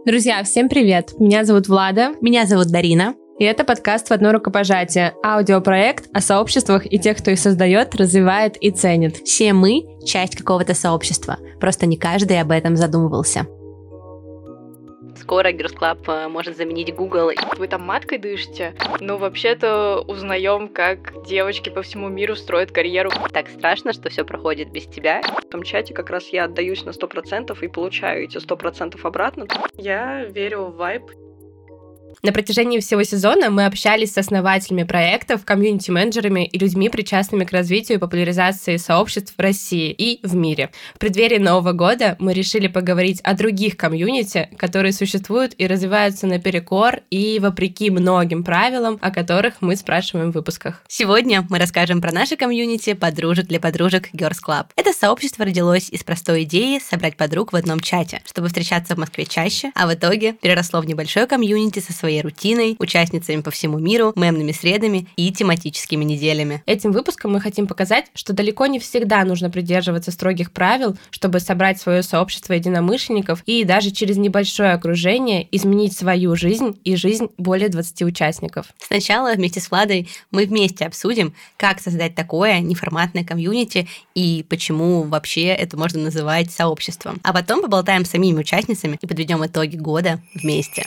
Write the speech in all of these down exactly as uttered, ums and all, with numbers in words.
Друзья, всем привет! Меня зовут Влада. Меня зовут Дарина. И это подкаст «В одно рукопожатие» — аудиопроект о сообществах и тех, кто их создает, развивает и ценит. Все мы — часть какого-то сообщества, просто не каждый об этом задумывался. Скоро Girls Club может заменить Google. Вы там маткой дышите? Ну, вообще-то узнаем, как девочки по всему миру строят карьеру. Так страшно, что все проходит без тебя. В том чате как раз я отдаюсь на сто процентов и получаю эти сто процентов обратно. Я верю в вайб. На протяжении всего сезона мы общались с основателями проектов, комьюнити-менеджерами и людьми, причастными к развитию и популяризации сообществ в России и в мире. В преддверии Нового года мы решили поговорить о других комьюнити, которые существуют и развиваются наперекор и вопреки многим правилам, о которых мы спрашиваем в выпусках. Сегодня мы расскажем про наше комьюнити «Подружек для подружек Girls Club». Это сообщество родилось из простой идеи собрать подруг в одном чате, чтобы встречаться в Москве чаще, а в итоге переросло в небольшое комьюнити со своей рутиной, участницами по всему миру, мемными средами и тематическими неделями. Этим выпуском мы хотим показать, что далеко не всегда нужно придерживаться строгих правил, чтобы собрать свое сообщество единомышленников и даже через небольшое окружение изменить свою жизнь и жизнь более двадцати участников. Сначала вместе с Владой мы вместе обсудим, как создать такое неформатное комьюнити и почему вообще это можно называть сообществом. А потом поболтаем с самими участницами и подведем итоги года вместе.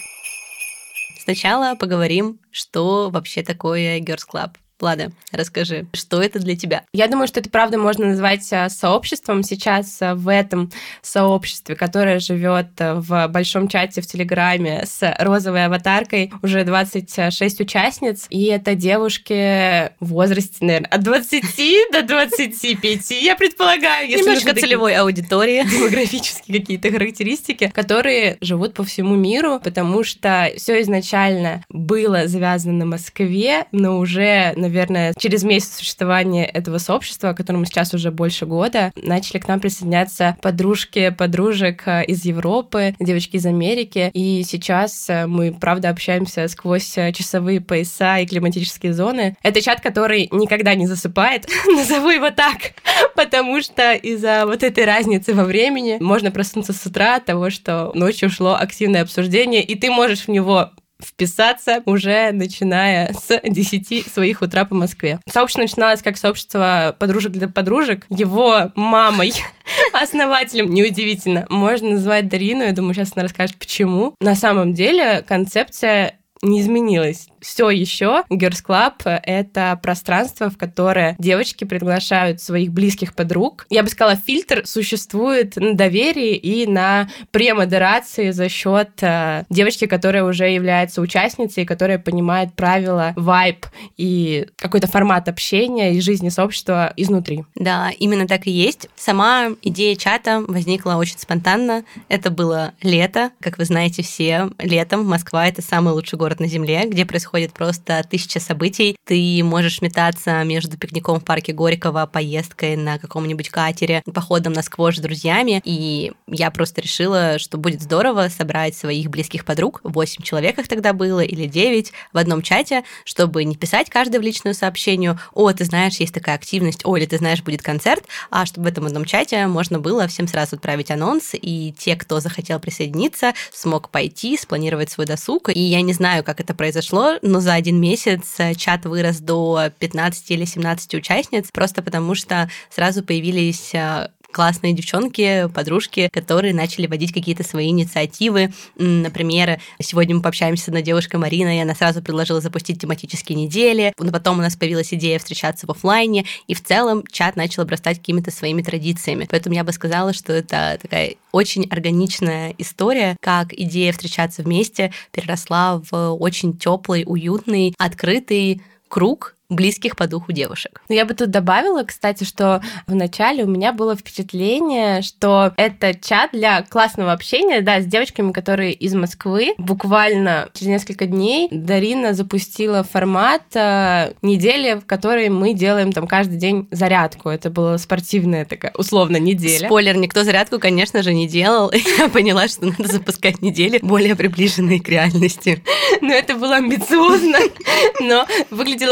Сначала поговорим, что вообще такое Girls Club. Влада, расскажи, что это для тебя? Я думаю, что это правда можно назвать сообществом. Сейчас в этом сообществе, которое живет в большом чате в Телеграме с розовой аватаркой, уже двадцать шесть участниц, и это девушки в возрасте, наверное, от двадцати до двадцати пяти, я предполагаю. Если немножко целевой аудитории. Демографические какие-то характеристики, которые живут по всему миру, потому что все изначально было завязано на Москве, но уже, наверное, через месяц существования этого сообщества, которому сейчас уже больше года, начали к нам присоединяться подружки, подружек из Европы, девочки из Америки, и сейчас мы, правда, общаемся сквозь часовые пояса и климатические зоны. Это чат, который никогда не засыпает, назову его так, потому что из-за вот этой разницы во времени можно проснуться с утра от того, что ночью шло активное обсуждение, и ты можешь в него вписаться уже начиная с десяти своих утра по Москве. Сообщество начиналось как сообщество подружек для подружек. Его мамой, основателем, неудивительно, можно назвать Дарину. Я думаю, сейчас она расскажет, почему. На самом деле концепция не изменилась. Все еще Girls Club — это пространство, в которое девочки приглашают своих близких подруг. Я бы сказала, фильтр существует на доверии и на премодерации за счет э, девочки, которая уже является участницей, которая понимает правила, вайб и какой-то формат общения и жизни сообщества изнутри. Да, именно так и есть. Сама идея чата возникла очень спонтанно. Это было лето. Как вы знаете все, летом Москва — это самый лучший город на Земле, где происходит просто тысяча событий. Ты можешь метаться между пикником в парке Горького, поездкой на каком-нибудь катере, походом на сквош с друзьями. И я просто решила, что будет здорово собрать своих близких подруг, восемь человек их тогда было, или девять, в одном чате, чтобы не писать каждое в личную сообщение: «О, ты знаешь, есть такая активность», «О, или ты знаешь, будет концерт», а чтобы в этом одном чате можно было всем сразу отправить анонс, и те, кто захотел присоединиться, смог пойти, спланировать свой досуг. И я не знаю, как это произошло, но за один месяц чат вырос до пятнадцати или семнадцати участниц, просто потому что сразу появились классные девчонки, подружки, которые начали водить какие-то свои инициативы. Например, сегодня мы пообщаемся с одной девушкой, Мариной, и она сразу предложила запустить тематические недели, но потом у нас появилась идея встречаться в офлайне, и в целом чат начал обрастать какими-то своими традициями. Поэтому я бы сказала, что это такая очень органичная история, как идея встречаться вместе переросла в очень теплый, уютный, открытый круг близких по духу девушек. Я бы тут добавила, кстати, что вначале у меня было впечатление, что это чат для классного общения, да, с девочками, которые из Москвы. Буквально через несколько дней Дарина запустила формат э, недели, в которой мы делаем там каждый день зарядку. Это была спортивная такая, условно, неделя. Спойлер, никто зарядку, конечно же, не делал. Я поняла, что надо запускать недели более приближенные к реальности. Ну, это было амбициозно, но выглядело очень все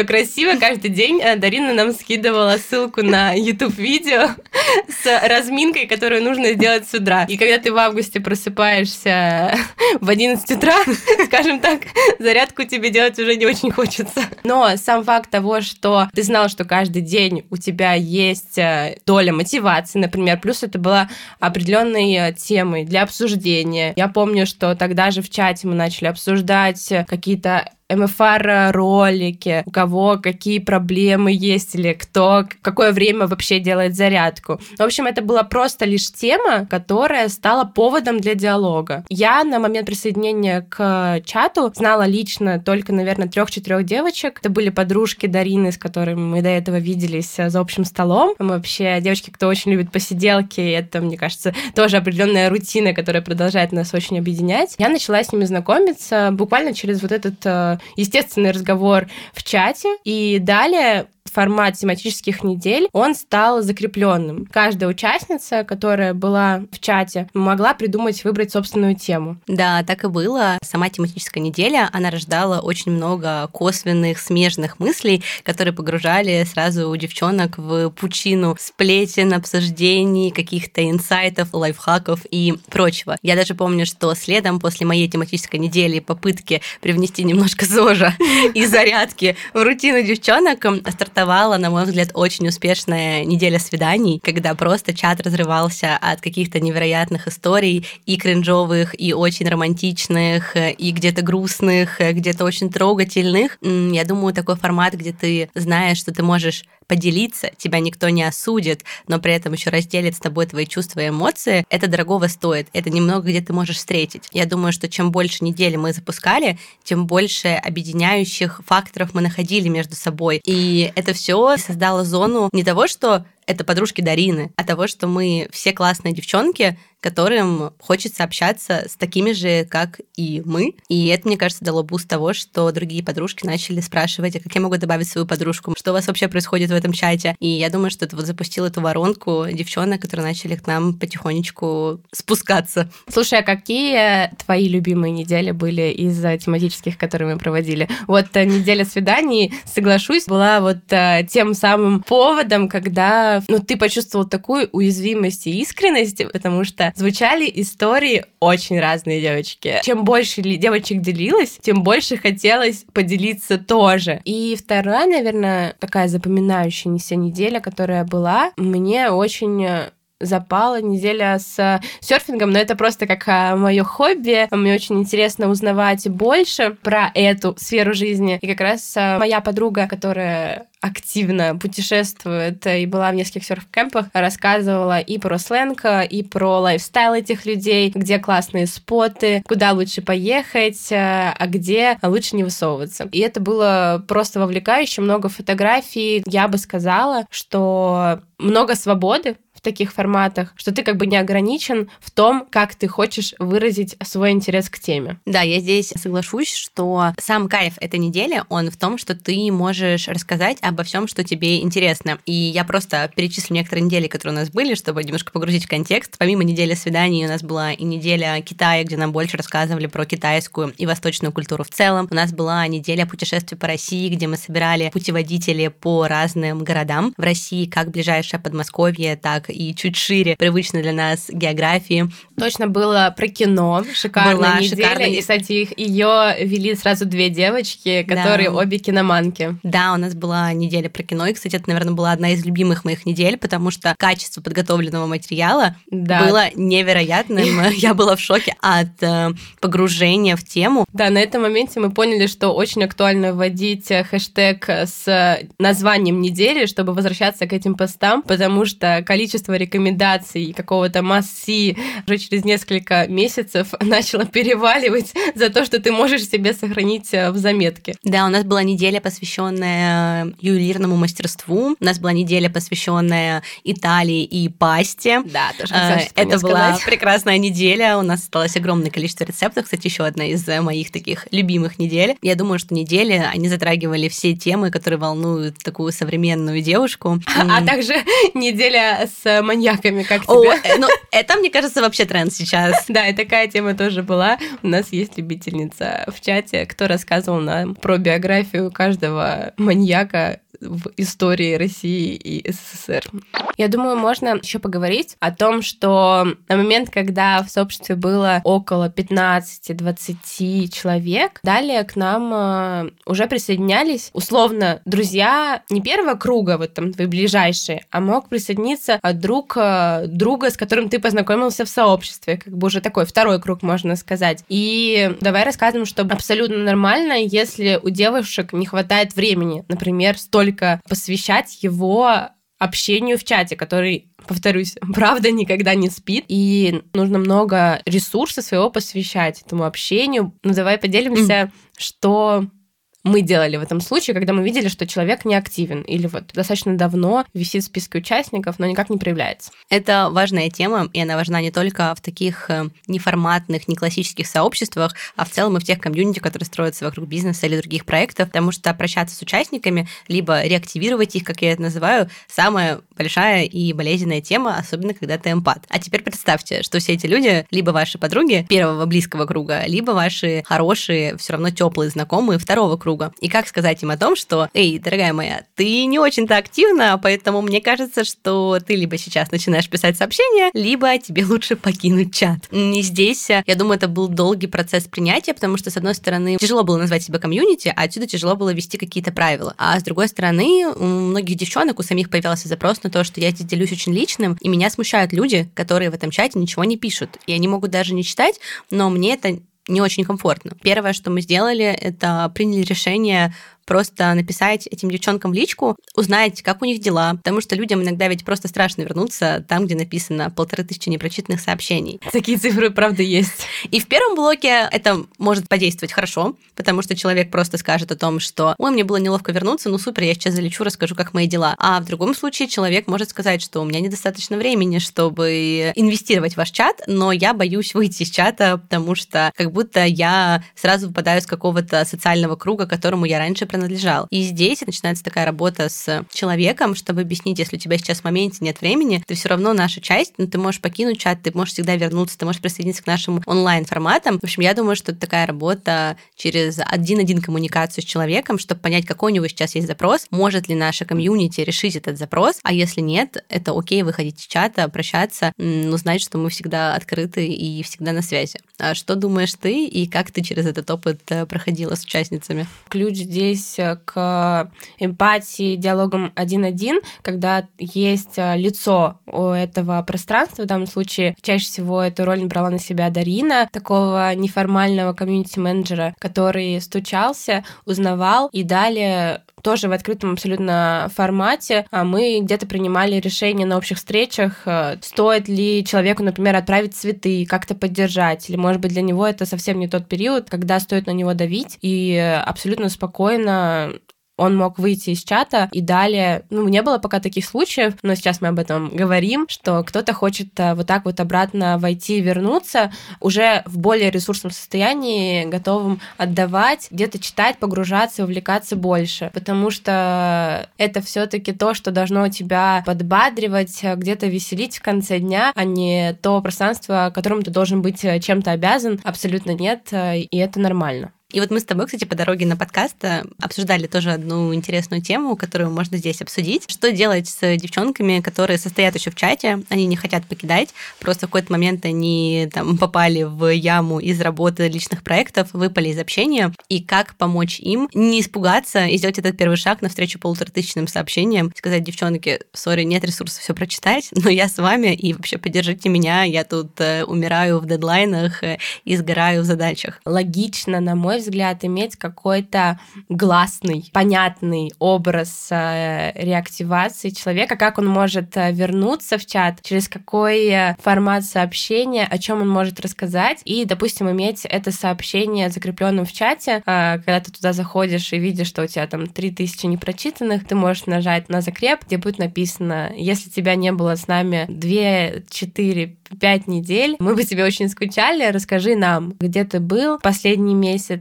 все красиво. Каждый день Дарина нам скидывала ссылку на YouTube-видео с разминкой, которую нужно сделать с утра. И когда ты в августе просыпаешься в одиннадцать утра, скажем так, зарядку тебе делать уже не очень хочется. Но сам факт того, что ты знал, что каждый день у тебя есть доля мотивации, например, плюс это была определенной темой для обсуждения. Я помню, что тогда же в чате мы начали обсуждать какие-то эм эф ар-ролики, у кого какие проблемы есть, или кто в какое время вообще делает зарядку. В общем, это была просто лишь тема, которая стала поводом для диалога. Я на момент присоединения к чату знала лично только, наверное, трех-четырех девочек. Это были подружки Дарины, с которыми мы до этого виделись за общим столом. Мы вообще девочки, кто очень любит посиделки, это, мне кажется, тоже определенная рутина, которая продолжает нас очень объединять. Я начала с ними знакомиться буквально через вот этот естественный разговор в чате, и далее формат тематических недель, он стал закрепленным. Каждая участница, которая была в чате, могла придумать, выбрать собственную тему. Да, так и было. Сама тематическая неделя, она рождала очень много косвенных, смежных мыслей, которые погружали сразу у девчонок в пучину сплетен, обсуждений, каких-то инсайтов, лайфхаков и прочего. Я даже помню, что следом после моей тематической недели попытки привнести немножко зожа и зарядки в рутину девчонок стартовала, на мой взгляд, очень успешная неделя свиданий, когда просто чат разрывался от каких-то невероятных историй, и кринжовых, и очень романтичных, и где-то грустных, где-то очень трогательных. Я думаю, такой формат, где ты знаешь, что ты можешь поделиться, тебя никто не осудит, но при этом еще разделит с тобой твои чувства и эмоции, это дорогого стоит. Это немного, где ты можешь встретить. Я думаю, что чем больше недель мы запускали, тем больше объединяющих факторов мы находили между собой. И это все создало зону не того, что это подружки Дарины, а того, что мы все классные девчонки, которым хочется общаться с такими же, как и мы. И это, мне кажется, дало буст того, что другие подружки начали спрашивать, а как я могу добавить свою подружку, что у вас вообще происходит в этом чате. И я думаю, что это вот запустило эту воронку девчонок, которые начали к нам потихонечку спускаться. Слушай, а какие твои любимые недели были из тематических, которые мы проводили? Вот неделя свиданий, соглашусь, была вот тем самым поводом, когда ну, ты почувствовал такую уязвимость и искренность, потому что звучали истории очень разные, девочки. Чем больше девочек делилось, тем больше хотелось поделиться тоже. И вторая, наверное, такая запоминающаяся неделя, которая была, мне очень запала неделя с серфингом, но это просто как мое хобби. Мне очень интересно узнавать больше про эту сферу жизни. И как раз моя подруга, которая активно путешествует и была в нескольких серф-кэмпах, рассказывала и про сленг, и про лайфстайл этих людей, где классные споты, куда лучше поехать, а где лучше не высовываться. И это было просто вовлекающе, много фотографий. Я бы сказала, что много свободы в таких форматах, что ты как бы не ограничен в том, как ты хочешь выразить свой интерес к теме. Да, я здесь соглашусь, что сам кайф этой недели, он в том, что ты можешь рассказать обо всем, что тебе интересно. И я просто перечислю некоторые недели, которые у нас были, чтобы немножко погрузить в контекст. Помимо недели свиданий у нас была и неделя Китая, где нам больше рассказывали про китайскую и восточную культуру в целом. У нас была неделя путешествий по России, где мы собирали путеводители по разным городам в России, как ближайшее Подмосковье, так и чуть шире привычной для нас географии. Точно было про кино, шикарная была неделя. Шикарная... И, кстати, их, ее вели сразу две девочки, которые да. обе киноманки. Да, у нас была неделя про кино, и, кстати, это, наверное, была одна из любимых моих недель, потому что качество подготовленного материала да. было невероятным. Я была в шоке от погружения в тему. Да, на этом моменте мы поняли, что очень актуально вводить хэштег с названием недели, чтобы возвращаться к этим постам, потому что количество рекомендаций какого-то масси уже через несколько месяцев начало переваливать за то, что ты можешь себе сохранить в заметке. Да, у нас была неделя, посвященная ювелирному мастерству. У нас была неделя, посвященная Италии и пасте. Да, тоже хотела Это была прекрасная неделя. У нас осталось огромное количество рецептов. Кстати, еще одна из моих таких любимых недель. Я думаю, что недели, они затрагивали все темы, которые волнуют такую современную девушку. А также неделя с с маньяками, как О, тебе? ну, это, мне кажется, вообще тренд сейчас. Да, и такая тема тоже была. У нас есть любительница в чате, кто рассказывал нам про биографию каждого маньяка в истории России и СССР. Я думаю, можно еще поговорить о том, что на момент, когда в сообществе было около пятнадцать-двадцать человек, далее к нам уже присоединялись, условно, друзья не первого круга, вот там твои ближайшие, а мог присоединиться друг друга, с которым ты познакомился в сообществе, как бы уже такой второй круг, можно сказать. И давай рассказываем, что абсолютно нормально, если у девушек не хватает времени, например, столько посвящать его общению в чате, который, повторюсь, правда никогда не спит, и нужно много ресурса своего посвящать этому общению. Ну, давай поделимся, mm. что мы делали в этом случае, когда мы видели, что человек не активен или вот достаточно давно висит в списке участников, но никак не проявляется. Это важная тема, и она важна не только в таких неформатных, не классических сообществах, а в целом и в тех комьюнити, которые строятся вокруг бизнеса или других проектов, потому что прощаться с участниками, либо реактивировать их, как я это называю, самая большая и болезненная тема, особенно когда ты эмпат. А теперь представьте, что все эти люди либо ваши подруги первого близкого круга, либо ваши хорошие, все равно теплые знакомые второго круга. И как сказать им о том, что, эй, дорогая моя, ты не очень-то активна, поэтому мне кажется, что ты либо сейчас начинаешь писать сообщения, либо тебе лучше покинуть чат. И здесь, я думаю, это был долгий процесс принятия, потому что, с одной стороны, тяжело было назвать себя комьюнити, а отсюда тяжело было вести какие-то правила. А с другой стороны, у многих девчонок, у самих появился запрос на то, что я здесь делюсь очень личным, и меня смущают люди, которые в этом чате ничего не пишут. И они могут даже не читать, но мне это не очень комфортно. Первое, что мы сделали, это приняли решение просто написать этим девчонкам в личку, узнать, как у них дела, потому что людям иногда ведь просто страшно вернуться там, где написано полторы тысячи непрочитанных сообщений. Такие цифры, правда, есть. И в первом блоке это может подействовать хорошо, потому что человек просто скажет о том, что «Ой, мне было неловко вернуться, ну супер, я сейчас залечу, расскажу, как мои дела». А в другом случае человек может сказать, что у меня недостаточно времени, чтобы инвестировать в ваш чат, но я боюсь выйти из чата, потому что как будто я сразу выпадаю из какого-то социального круга, которому я раньше принадлежал. И здесь начинается такая работа с человеком, чтобы объяснить, если у тебя сейчас в моменте нет времени, ты все равно наша часть, но ты можешь покинуть чат, ты можешь всегда вернуться, ты можешь присоединиться к нашим онлайн-форматам. В общем, я думаю, что это такая работа через один-один коммуникацию с человеком, чтобы понять, какой у него сейчас есть запрос, может ли наша комьюнити решить этот запрос, а если нет, это окей, выходить из чата, прощаться, но знать, что мы всегда открыты и всегда на связи. А что думаешь ты и как ты через этот опыт проходила с участницами? Ключ здесь к эмпатии, диалогам один-один, когда есть лицо у этого пространства, в данном случае чаще всего эту роль брала на себя Дарина, такого неформального комьюнити-менеджера, который стучался, узнавал и далее тоже в открытом абсолютно формате мы где-то принимали решение на общих встречах, стоит ли человеку, например, отправить цветы, как-то поддержать, или, может быть, для него это совсем не тот период, когда стоит на него давить, и абсолютно спокойно он мог выйти из чата, и далее, ну, не было пока таких случаев, но сейчас мы об этом говорим, что кто-то хочет вот так вот обратно войти и вернуться, уже в более ресурсном состоянии, готовым отдавать, где-то читать, погружаться, увлекаться больше, потому что это все-таки то, что должно тебя подбадривать, где-то веселить в конце дня, а не то пространство, которому ты должен быть чем-то обязан. Абсолютно нет, и это нормально. И вот мы с тобой, кстати, по дороге на подкаст обсуждали тоже одну интересную тему, которую можно здесь обсудить. Что делать с девчонками, которые состоят еще в чате, они не хотят покидать, просто в какой-то момент они там попали в яму из работы личных проектов, выпали из общения, и как помочь им не испугаться и сделать этот первый шаг навстречу полуторатысячным сообщениям, сказать: девчонки, сори, нет ресурсов все прочитать, но я с вами, и вообще поддержите меня, я тут умираю в дедлайнах и сгораю в задачах. Логично, на мой взгляд, иметь какой-то гласный, понятный образ э, реактивации человека, как он может э, вернуться в чат, через какой э, формат сообщения, о чем он может рассказать, и, допустим, иметь это сообщение закрепленным в чате, э, когда ты туда заходишь и видишь, что у тебя там три тысячи непрочитанных, ты можешь нажать на закреп, где будет написано: если тебя не было с нами две, четыре, пять недель, мы бы тебе очень скучали, расскажи нам, где ты был последний месяц,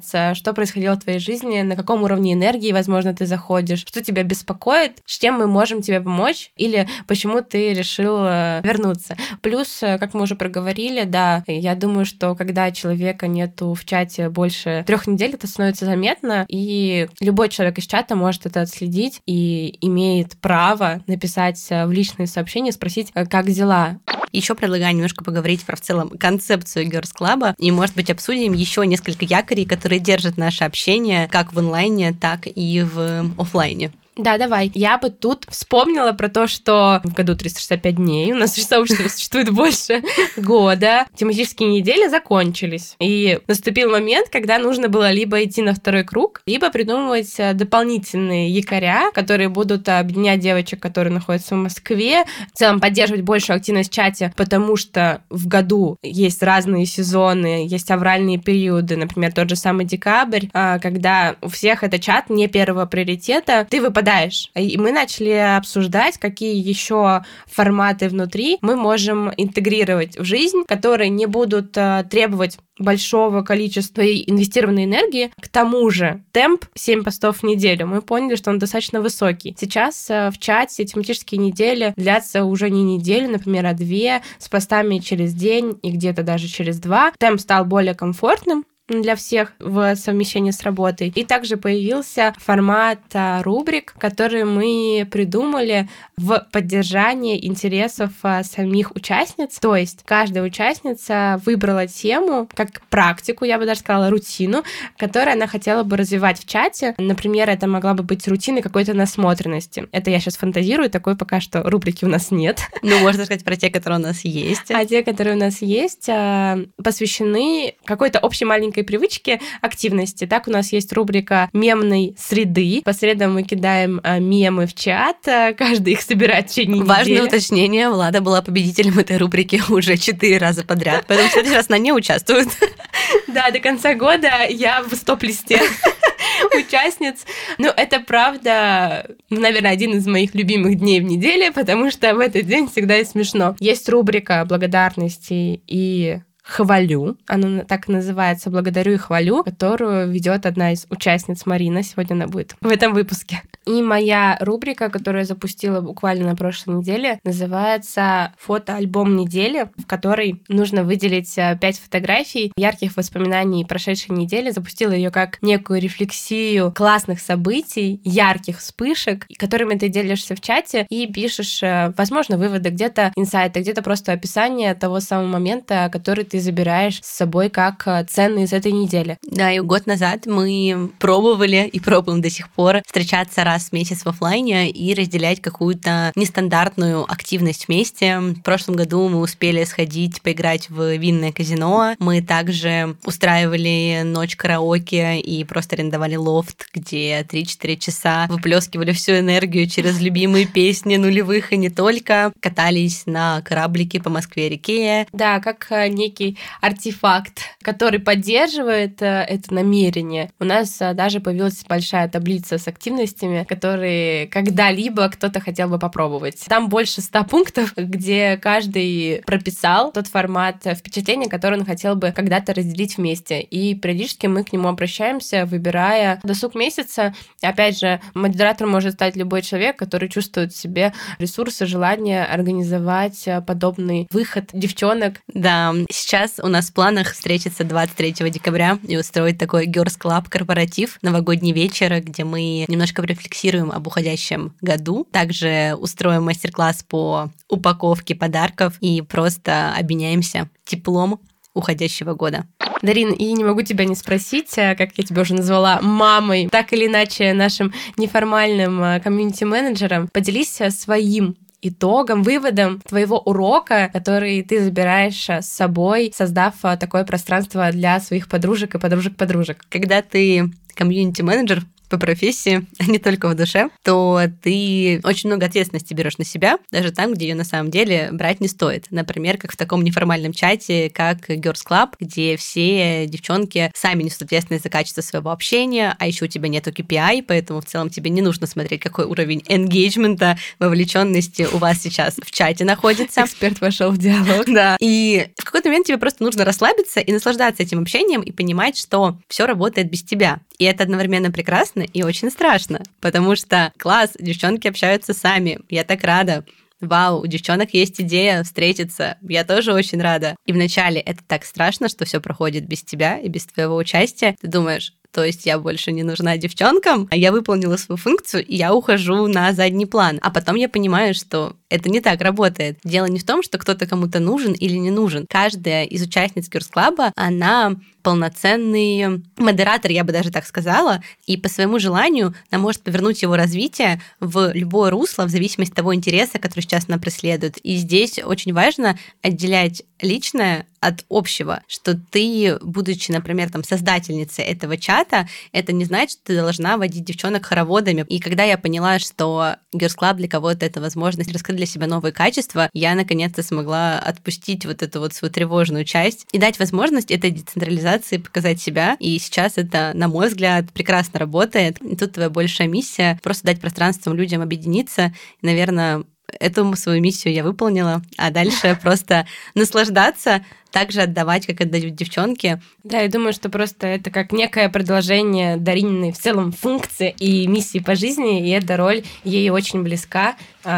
нравится, что происходило в твоей жизни, на каком уровне энергии, возможно, ты заходишь, что тебя беспокоит, с чем мы можем тебе помочь, или почему ты решил вернуться. Плюс, как мы уже проговорили, да, я думаю, что когда человека нету в чате больше трех недель, это становится заметно, и любой человек из чата может это отследить и имеет право написать в личные сообщения, спросить, как дела. Еще предлагаю немножко поговорить про в целом концепцию Girls Club, и, может быть, обсудим еще несколько якорей, которые держат наше общение как в онлайне, так и в офлайне. Да, давай. Я бы тут вспомнила про то, что в году триста шестьдесят пять дней, у нас сообщество существует больше года, тематические недели закончились. И наступил момент, когда нужно было либо идти на второй круг, либо придумывать дополнительные якоря, которые будут объединять девочек, которые находятся в Москве, в целом поддерживать большую активность в чате, потому что в году есть разные сезоны, есть авральные периоды, например, тот же самый декабрь, когда у всех это чат не первого приоритета, ты выпадаешь. И мы начали обсуждать, какие еще форматы внутри мы можем интегрировать в жизнь, которые не будут требовать большого количества инвестированной энергии. К тому же темп семь постов в неделю, мы поняли, что он достаточно высокий. Сейчас в чате тематические недели длятся уже не неделю, например, а две, с постами через день и где-то даже через два. Темп стал более комфортным для всех в совмещении с работой. И также появился формат рубрик, который мы придумали в поддержании интересов самих участниц. То есть каждая участница выбрала тему, как практику, я бы даже сказала, рутину, которую она хотела бы развивать в чате. Например, это могла бы быть рутина какой-то насмотренности. Это я сейчас фантазирую, такой пока что рубрики у нас нет. Ну, можно сказать про те, которые у нас есть. А те, которые у нас есть, посвящены какой-то общей маленькой привычки, активности. Так, у нас есть рубрика мемной среды. По средам мы кидаем мемы в чат, каждый их собирает в течение недели. Важное уточнение, Влада была победителем этой рубрики уже четыре раза подряд, поэтому в следующий раз она не участвует. Да, до конца года я в стоп-листе участниц. Ну, это правда, наверное, один из моих любимых дней в неделе, потому что в этот день всегда и смешно. Есть рубрика благодарности и хвалю, она так и называется «Благодарю и хвалю», которую ведет одна из участниц Марина. Сегодня она будет в этом выпуске. И моя рубрика, которую я запустила буквально на прошлой неделе, называется «Фотоальбом недели», в которой нужно выделить пять фотографий ярких воспоминаний прошедшей недели. Запустила ее как некую рефлексию классных событий, ярких вспышек, которыми ты делишься в чате и пишешь, возможно, выводы, где-то инсайты, где-то просто описание того самого момента, который ты забираешь с собой как ценный из этой недели. Да, и год назад мы пробовали и пробуем до сих пор встречаться раз в месяц в офлайне и разделять какую-то нестандартную активность вместе. В прошлом году мы успели сходить поиграть в винное казино. Мы также устраивали ночь караоке и просто арендовали лофт, где три-четыре часа выплескивали всю энергию через любимые песни нулевых и не только. Катались на кораблике по Москве-реке. Да, как некий артефакт, который поддерживает это намерение. У нас даже появилась большая таблица с активностями, которые когда-либо кто-то хотел бы попробовать. Там больше ста пунктов, где каждый прописал тот формат впечатления, который он хотел бы когда-то разделить вместе. И периодически мы к нему обращаемся, выбирая досуг месяца. И опять же, модератором может стать любой человек, который чувствует в себе ресурсы, желание организовать подобный выход девчонок. Да, сейчас у нас в планах встретиться двадцать третьего декабря и устроить такой Girls Club корпоратив, новогодний вечер, где мы немножко рефлексируем об уходящем году. Также устроим мастер-класс по упаковке подарков и просто обменяемся теплом уходящего года. Дарин, и не могу тебя не спросить, как я тебя уже назвала, мамой, так или иначе нашим неформальным комьюнити-менеджером, поделись своим итогом, выводом твоего урока, который ты забираешь с собой, создав такое пространство для своих подружек и подружек-подружек. Когда ты комьюнити-менеджер, по профессии, а не только в душе, то ты очень много ответственности берешь на себя, даже там, где ее на самом деле брать не стоит. Например, как в таком неформальном чате, как Girls Club, где все девчонки сами несут ответственность за качество своего общения, а еще у тебя нету кей пи ай, поэтому в целом тебе не нужно смотреть, какой уровень энгейджмента, вовлеченности у вас сейчас в чате находится. Эксперт вошел в диалог. Да. И в какой-то момент тебе просто нужно расслабиться и наслаждаться этим общением и понимать, что все работает без тебя. И это одновременно прекрасно и очень страшно, потому что класс, девчонки общаются сами. Я так рада. Вау, у девчонок есть идея встретиться. Я тоже очень рада. И вначале это так страшно, что все проходит без тебя и без твоего участия. Ты думаешь, то есть я больше не нужна девчонкам, а я выполнила свою функцию, и я ухожу на задний план. А потом я понимаю, что это не так работает. Дело не в том, что кто-то кому-то нужен или не нужен. Каждая из участниц Girls Club, она полноценный модератор, я бы даже так сказала, и по своему желанию она может повернуть его развитие в любое русло, в зависимости от того интереса, который сейчас она преследует. И здесь очень важно отделять личное от общего, что ты, будучи, например, там, создательницей этого чата, это не значит, что ты должна водить девчонок хороводами. И когда я поняла, что Girls Club для кого-то это возможность раскрыть для себя новые качества, я наконец-то смогла отпустить вот эту вот свою тревожную часть и дать возможность этой децентрализации показать себя. И сейчас это, на мой взгляд, прекрасно работает. И тут твоя большая миссия — просто дать пространство людям объединиться. И, наверное, эту свою миссию я выполнила, а дальше просто наслаждаться, также отдавать, как отдают девчонки. Да, я думаю, что просто это как некое продолжение Дарининой в целом функции и миссии по жизни, и эта роль ей очень близка,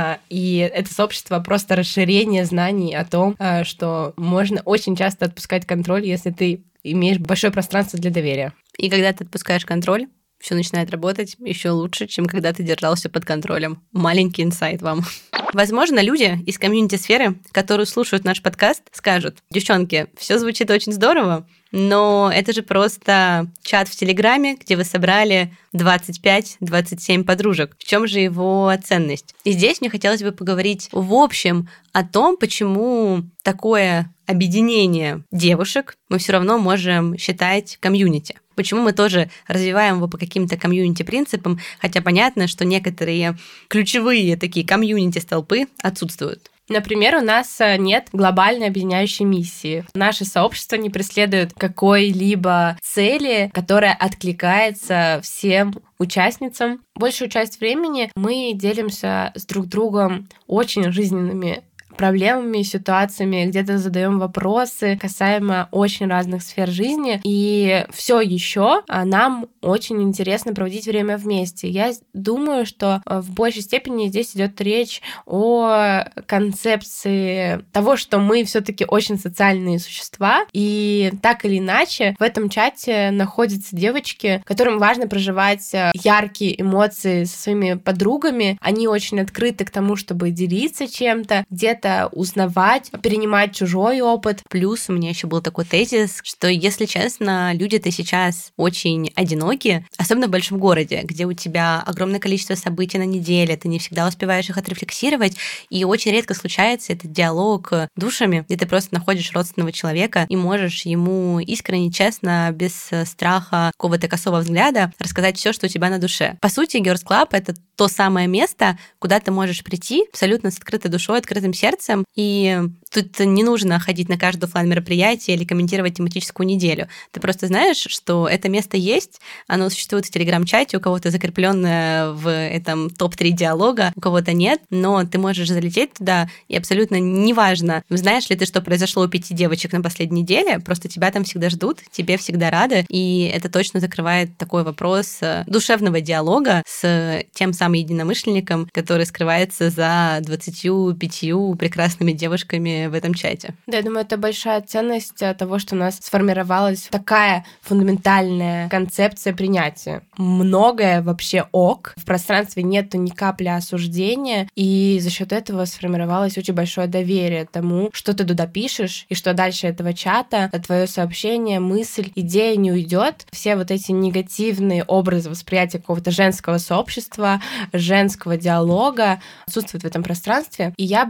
и это сообщество просто расширение знаний о том, что можно очень часто отпускать контроль, если ты имеешь большое пространство для доверия. И когда ты отпускаешь контроль, все начинает работать еще лучше, чем когда ты держался под контролем. Маленький инсайт вам. Возможно, люди из комьюнити-сферы, которые слушают наш подкаст, скажут: девчонки, все звучит очень здорово, но это же просто чат в Телеграме, где вы собрали двадцать пять - двадцать семь подружек. В чем же его ценность? И здесь мне хотелось бы поговорить в общем о том, почему такое объединение девушек мы все равно можем считать комьюнити. Почему мы тоже развиваем его по каким-то комьюнити-принципам, хотя понятно, что некоторые ключевые такие комьюнити-столпы отсутствуют. Например, у нас нет глобальной объединяющей миссии. Наше сообщество не преследует какой-либо цели, которая откликается всем участницам. Большую часть времени мы делимся с друг другом очень жизненными проблемами, ситуациями, где-то задаем вопросы касаемо очень разных сфер жизни. И все еще нам очень интересно проводить время вместе. Я думаю, что в большей степени здесь идет речь о концепции того, что мы все-таки очень социальные существа, и так или иначе в этом чате находятся девочки, которым важно проживать яркие эмоции со своими подругами. Они очень открыты к тому, чтобы делиться чем-то, где-то узнавать, перенимать чужой опыт. Плюс у меня еще был такой тезис, что, если честно, люди-то сейчас очень одиноки, особенно в большом городе, где у тебя огромное количество событий на неделе, ты не всегда успеваешь их отрефлексировать, и очень редко случается этот диалог душами, где ты просто находишь родственного человека и можешь ему искренне, честно, без страха какого-то косого взгляда рассказать все, что у тебя на душе. По сути, Girls Club — это то самое место, куда ты можешь прийти абсолютно с открытой душой, открытым сердцем, и тут не нужно ходить на каждое офлайн-мероприятие или комментировать тематическую неделю. Ты просто знаешь, что это место есть, оно существует в Телеграм-чате, у кого-то закрепленное в этом топ три диалога, у кого-то нет, но ты можешь залететь туда, и абсолютно неважно, знаешь ли ты, что произошло у пяти девочек на последней неделе, просто тебя там всегда ждут, тебе всегда рады, и это точно закрывает такой вопрос душевного диалога с тем самым единомышленником, который скрывается за двадцатью пятью прекрасными девушками в этом чате. Да, я думаю, это большая ценность того, что у нас сформировалась такая фундаментальная концепция принятия. Многое вообще ок, в пространстве нету ни капли осуждения, и за счет этого сформировалось очень большое доверие тому, что ты туда пишешь, и что дальше этого чата, твое сообщение, мысль, идея не уйдет. Все вот эти негативные образы восприятия какого-то женского сообщества, женского диалога отсутствуют в этом пространстве. И я бы хотела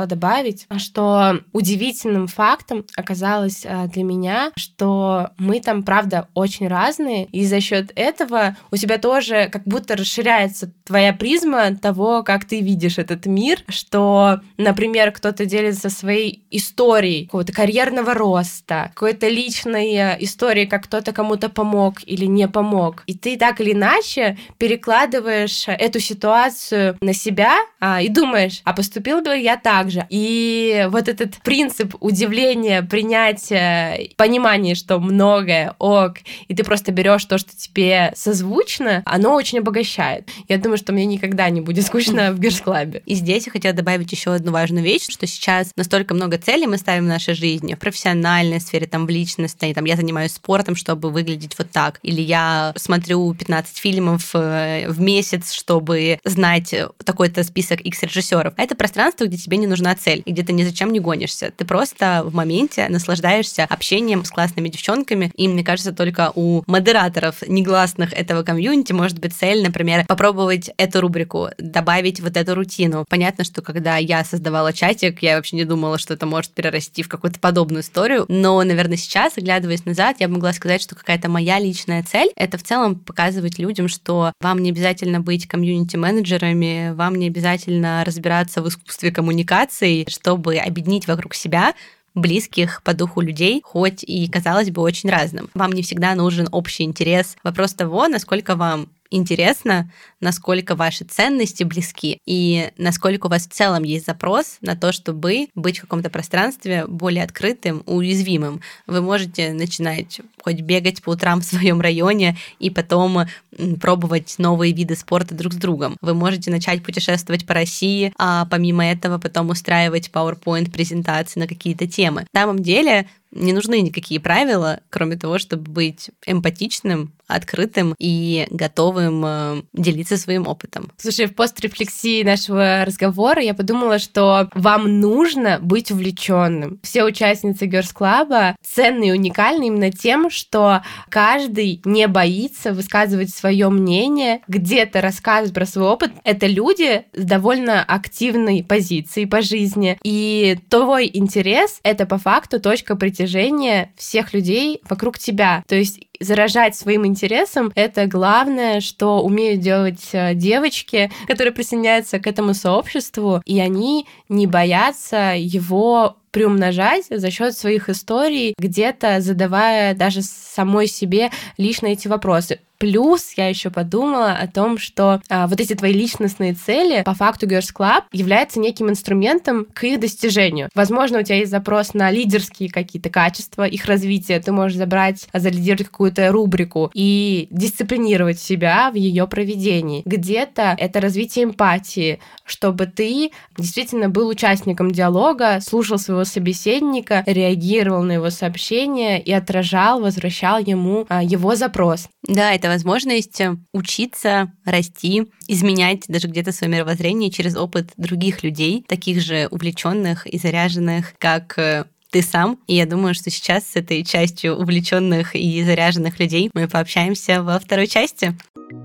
хотела добавить, что удивительным фактом оказалось для меня, что мы там, правда, очень разные, и за счет этого у тебя тоже как будто расширяется твоя призма того, как ты видишь этот мир, что, например, кто-то делится своей историей какого-то карьерного роста, какой-то личной историей, как кто-то кому-то помог или не помог. И ты так или иначе перекладываешь эту ситуацию на себя а, и думаешь, а поступил бы я так же. И вот этот принцип удивления, принятия, понимания, что многое ок, и ты просто берешь то, что тебе созвучно, оно очень обогащает. Я думаю, что мне никогда не будет скучно в Girls Club. И здесь я хотела добавить еще одну важную вещь, что сейчас настолько много целей мы ставим в нашей жизни, в профессиональной сфере, там, в личностной, там, я занимаюсь спортом, чтобы выглядеть вот так, или я смотрю пятнадцать фильмов в месяц, чтобы знать такой-то список X режиссеров. А это пространство, где тебе не нужна цель, и где ты ни зачем не гонишься. Ты просто в моменте наслаждаешься общением с классными девчонками, и мне кажется, только у модераторов негласных этого комьюнити может быть цель, например, попробовать эту рубрику, добавить вот эту рутину. Понятно, что когда я создавала чатик, я вообще не думала, что это может перерасти в какую-то подобную историю, но, наверное, сейчас, оглядываясь назад, я могла сказать, что какая-то моя личная цель — это в целом показывать людям, что вам не обязательно быть комьюнити-менеджерами, вам не обязательно разбираться в искусстве коммуникации, чтобы объединить вокруг себя близких по духу людей, хоть и, казалось бы, очень разным. Вам не всегда нужен общий интерес. Вопрос того, насколько вам интересно, насколько ваши ценности близки и насколько у вас в целом есть запрос на то, чтобы быть в каком-то пространстве более открытым, уязвимым. Вы можете начинать хоть бегать по утрам в своем районе и потом пробовать новые виды спорта друг с другом. Вы можете начать путешествовать по России, а помимо этого потом устраивать PowerPoint-презентации на какие-то темы. На самом деле не нужны никакие правила, кроме того, чтобы быть эмпатичным, открытым и готовым делиться своим опытом. Слушай, в пострефлексии нашего разговора я подумала, что вам нужно быть увлеченным. Все участницы Girls Club ценны и уникальны именно тем, что каждый не боится высказывать свое мнение, где-то рассказывать про свой опыт. Это люди с довольно активной позицией по жизни, и твой интерес — это по факту точка притяжения всех людей вокруг тебя. То есть заражать своим интересом — это главное, что умеют делать девочки, которые присоединяются к этому сообществу, и они не боятся его приумножать за счет своих историй, где-то задавая даже самой себе лично эти вопросы. Плюс я еще подумала о том, что а, вот эти твои личностные цели по факту Girls Club являются неким инструментом к их достижению. Возможно, у тебя есть запрос на лидерские какие-то качества, их развитие. Ты можешь забрать, залидировать какую-то рубрику и дисциплинировать себя в ее проведении. Где-то это развитие эмпатии, чтобы ты действительно был участником диалога, слушал своего собеседника, реагировал на его сообщения и отражал, возвращал ему а, его запрос. Да, это возможность учиться, расти, изменять даже где-то свое мировоззрение через опыт других людей, таких же увлеченных и заряженных, как ты сам. И я думаю, что сейчас с этой частью увлеченных и заряженных людей мы пообщаемся во второй части.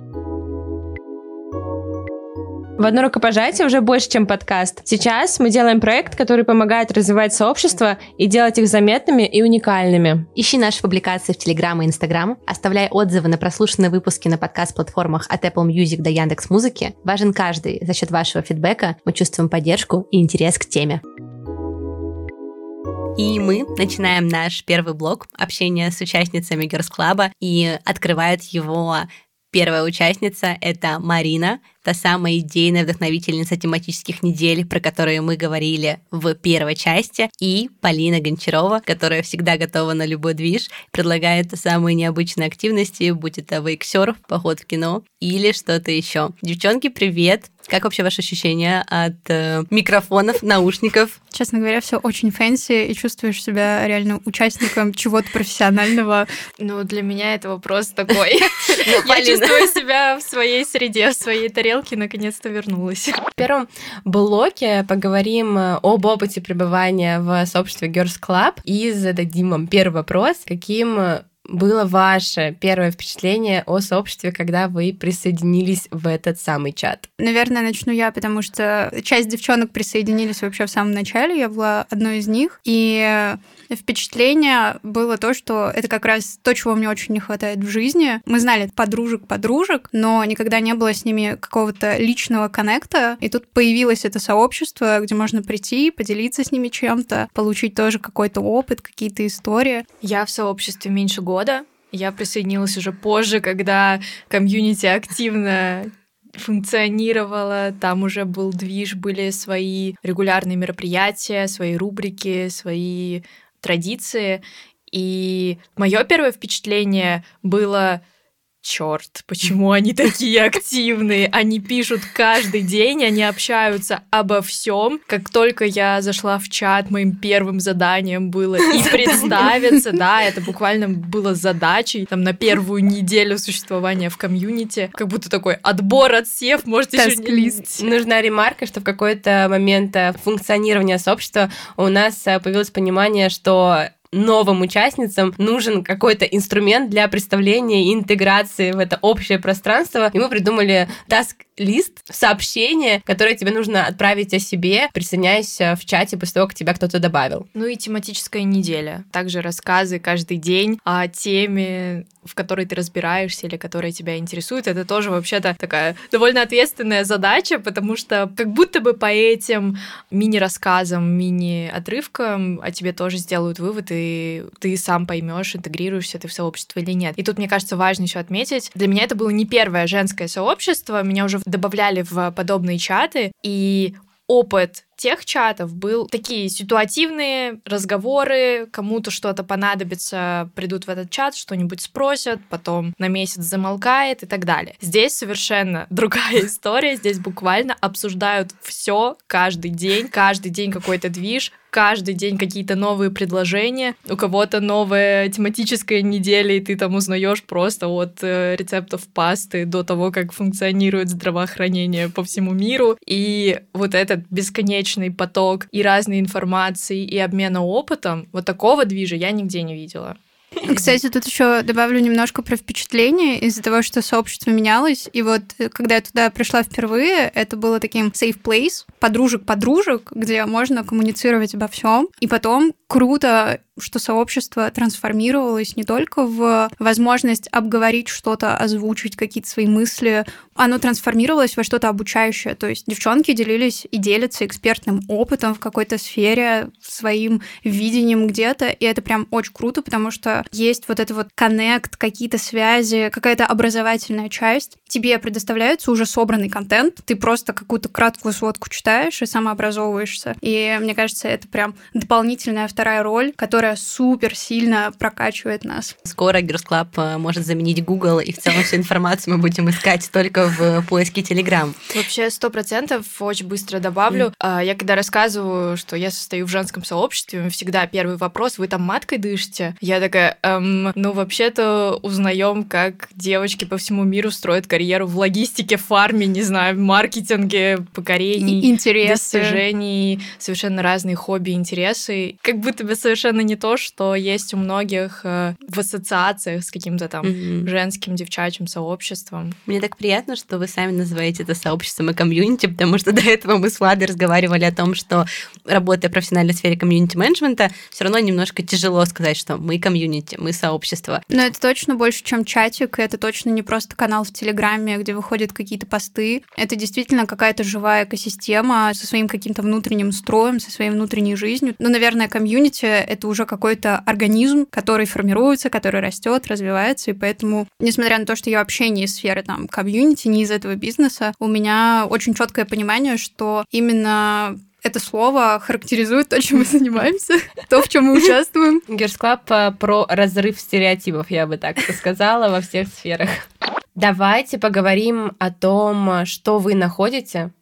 В одно рукопожатие уже больше, чем подкаст. Сейчас мы делаем проект, который помогает развивать сообщества и делать их заметными и уникальными. Ищи наши публикации в Телеграм и Инстаграм, оставляй отзывы на прослушанные выпуски на подкаст-платформах от Apple Music до Яндекс.Музыки. Важен каждый. За счет вашего фидбэка мы чувствуем поддержку и интерес к теме. И мы начинаем наш первый блок общения с участницами Girls Club, и открывает его первая участница — это Марина, та самая идейная вдохновительница тематических недель, про которые мы говорили в первой части, и Полина Гончарова, которая всегда готова на любой движ, предлагает самые необычные активности, будь это вейксерф, поход в кино или что-то еще. Девчонки, привет! Как вообще ваши ощущения от э, микрофонов, наушников? Честно говоря, все очень фэнси, и чувствуешь себя реально участником чего-то профессионального. Ну, для меня это вопрос такой. Я чувствую себя в своей среде, в своей тарелке, наконец-то вернулась. В первом блоке поговорим об опыте пребывания в сообществе Girls Club и зададим вам первый вопрос, каким было ваше первое впечатление о сообществе, когда вы присоединились в этот самый чат? Наверное, начну я, потому что часть девчонок присоединились вообще в самом начале, я была одной из них, и впечатление было то, что это как раз то, чего мне очень не хватает в жизни. Мы знали подружек-подружек, но никогда не было с ними какого-то личного коннекта, и тут появилось это сообщество, где можно прийти, поделиться с ними чем-то, получить тоже какой-то опыт, какие-то истории. Я в сообществе меньше года. Я присоединилась уже позже, когда комьюнити активно функционировала, там уже был движ, были свои регулярные мероприятия, свои рубрики, свои традиции. И мое первое впечатление было: черт, почему они такие активные? Они пишут каждый день, они общаются обо всем. Как только я зашла в чат, моим первым заданием было и представиться, да, это буквально было задачей там на первую неделю существования в комьюнити. Как будто такой отбор, отсев, может, еще не... Нужна ремарка, что в какой-то момент функционирования сообщества у нас появилось понимание, что новым участницам нужен какой-то инструмент для представления и интеграции в это общее пространство. И мы придумали таск-лист, сообщение, которое тебе нужно отправить о себе, присоединяясь в чате после того, как тебя кто-то добавил. Ну и тематическая неделя. Также рассказы каждый день о теме, в которой ты разбираешься или которая тебя интересует. Это тоже вообще-то такая довольно ответственная задача, потому что как будто бы по этим мини-рассказам, мини-отрывкам о тебе тоже сделают вывод, и ты сам поймешь, интегрируешься ты в сообщество или нет. И тут, мне кажется, важно еще отметить, для меня это было не первое женское сообщество, меня уже добавляли в подобные чаты, и опыт тех чатов был такие ситуативные разговоры, кому-то что-то понадобится, придут в этот чат, что-нибудь спросят, потом на месяц замолкает и так далее. Здесь совершенно другая история, здесь буквально обсуждают все каждый день, каждый день какой-то движ, каждый день какие-то новые предложения, у кого-то новая тематическая неделя, и ты там узнаешь просто от э, рецептов пасты до того, как функционирует здравоохранение по всему миру, и вот этот бесконечный поток и разной информации, и обмена опытом, вот такого движа я нигде не видела. Кстати, тут еще добавлю немножко про впечатление из-за того, что сообщество менялось. И вот когда я туда пришла впервые, это было таким safe place, подружек-подружек, где можно коммуницировать обо всем. И потом круто, что сообщество трансформировалось не только в возможность обговорить что-то, озвучить какие-то свои мысли, оно трансформировалось во что-то обучающее. То есть девчонки делились и делятся экспертным опытом в какой-то сфере, своим видением где-то, и это прям очень круто, потому что есть вот это вот коннект, какие-то связи, какая-то образовательная часть. Тебе предоставляется уже собранный контент, ты просто какую-то краткую сводку читаешь и самообразовываешься. И мне кажется, это прям дополнительная вторая роль, которая супер сильно прокачивает нас. Скоро Girls Club может заменить Google, и в целом всю информацию мы будем искать только в поиске Telegram. Вообще, сто процентов очень быстро добавлю. Mm. Я когда рассказываю, что я состою в женском сообществе, всегда первый вопрос: вы там маткой дышите? Я такая, эм, ну, вообще-то узнаем, как девочки по всему миру строят карьеру в логистике, фарме, не знаю, маркетинге, покорении, интересы, достижений, совершенно разные хобби, интересы. Как будто бы совершенно не то, что есть у многих э, в ассоциациях с каким-то там mm-hmm. женским, девчачьим сообществом. Мне так приятно, что вы сами называете это сообществом и комьюнити, потому что до этого мы с Владой разговаривали о том, что, работая в профессиональной сфере комьюнити-менеджмента, все равно немножко тяжело сказать, что мы комьюнити, мы сообщество. Но это точно больше, чем чатик, и это точно не просто канал в Телеграме, где выходят какие-то посты. Это действительно какая-то живая экосистема со своим каким-то внутренним строем, со своей внутренней жизнью. Ну, наверное, комьюнити — это уже какой-то организм, который формируется, который растет, развивается, и поэтому, несмотря на то, что я вообще не из сферы там комьюнити, не из этого бизнеса, у меня очень четкое понимание, что именно это слово характеризует то, чем мы занимаемся, то, в чем мы участвуем. Girls Club про разрыв стереотипов, я бы так сказала, во всех сферах. Давайте поговорим о том, что вы находите,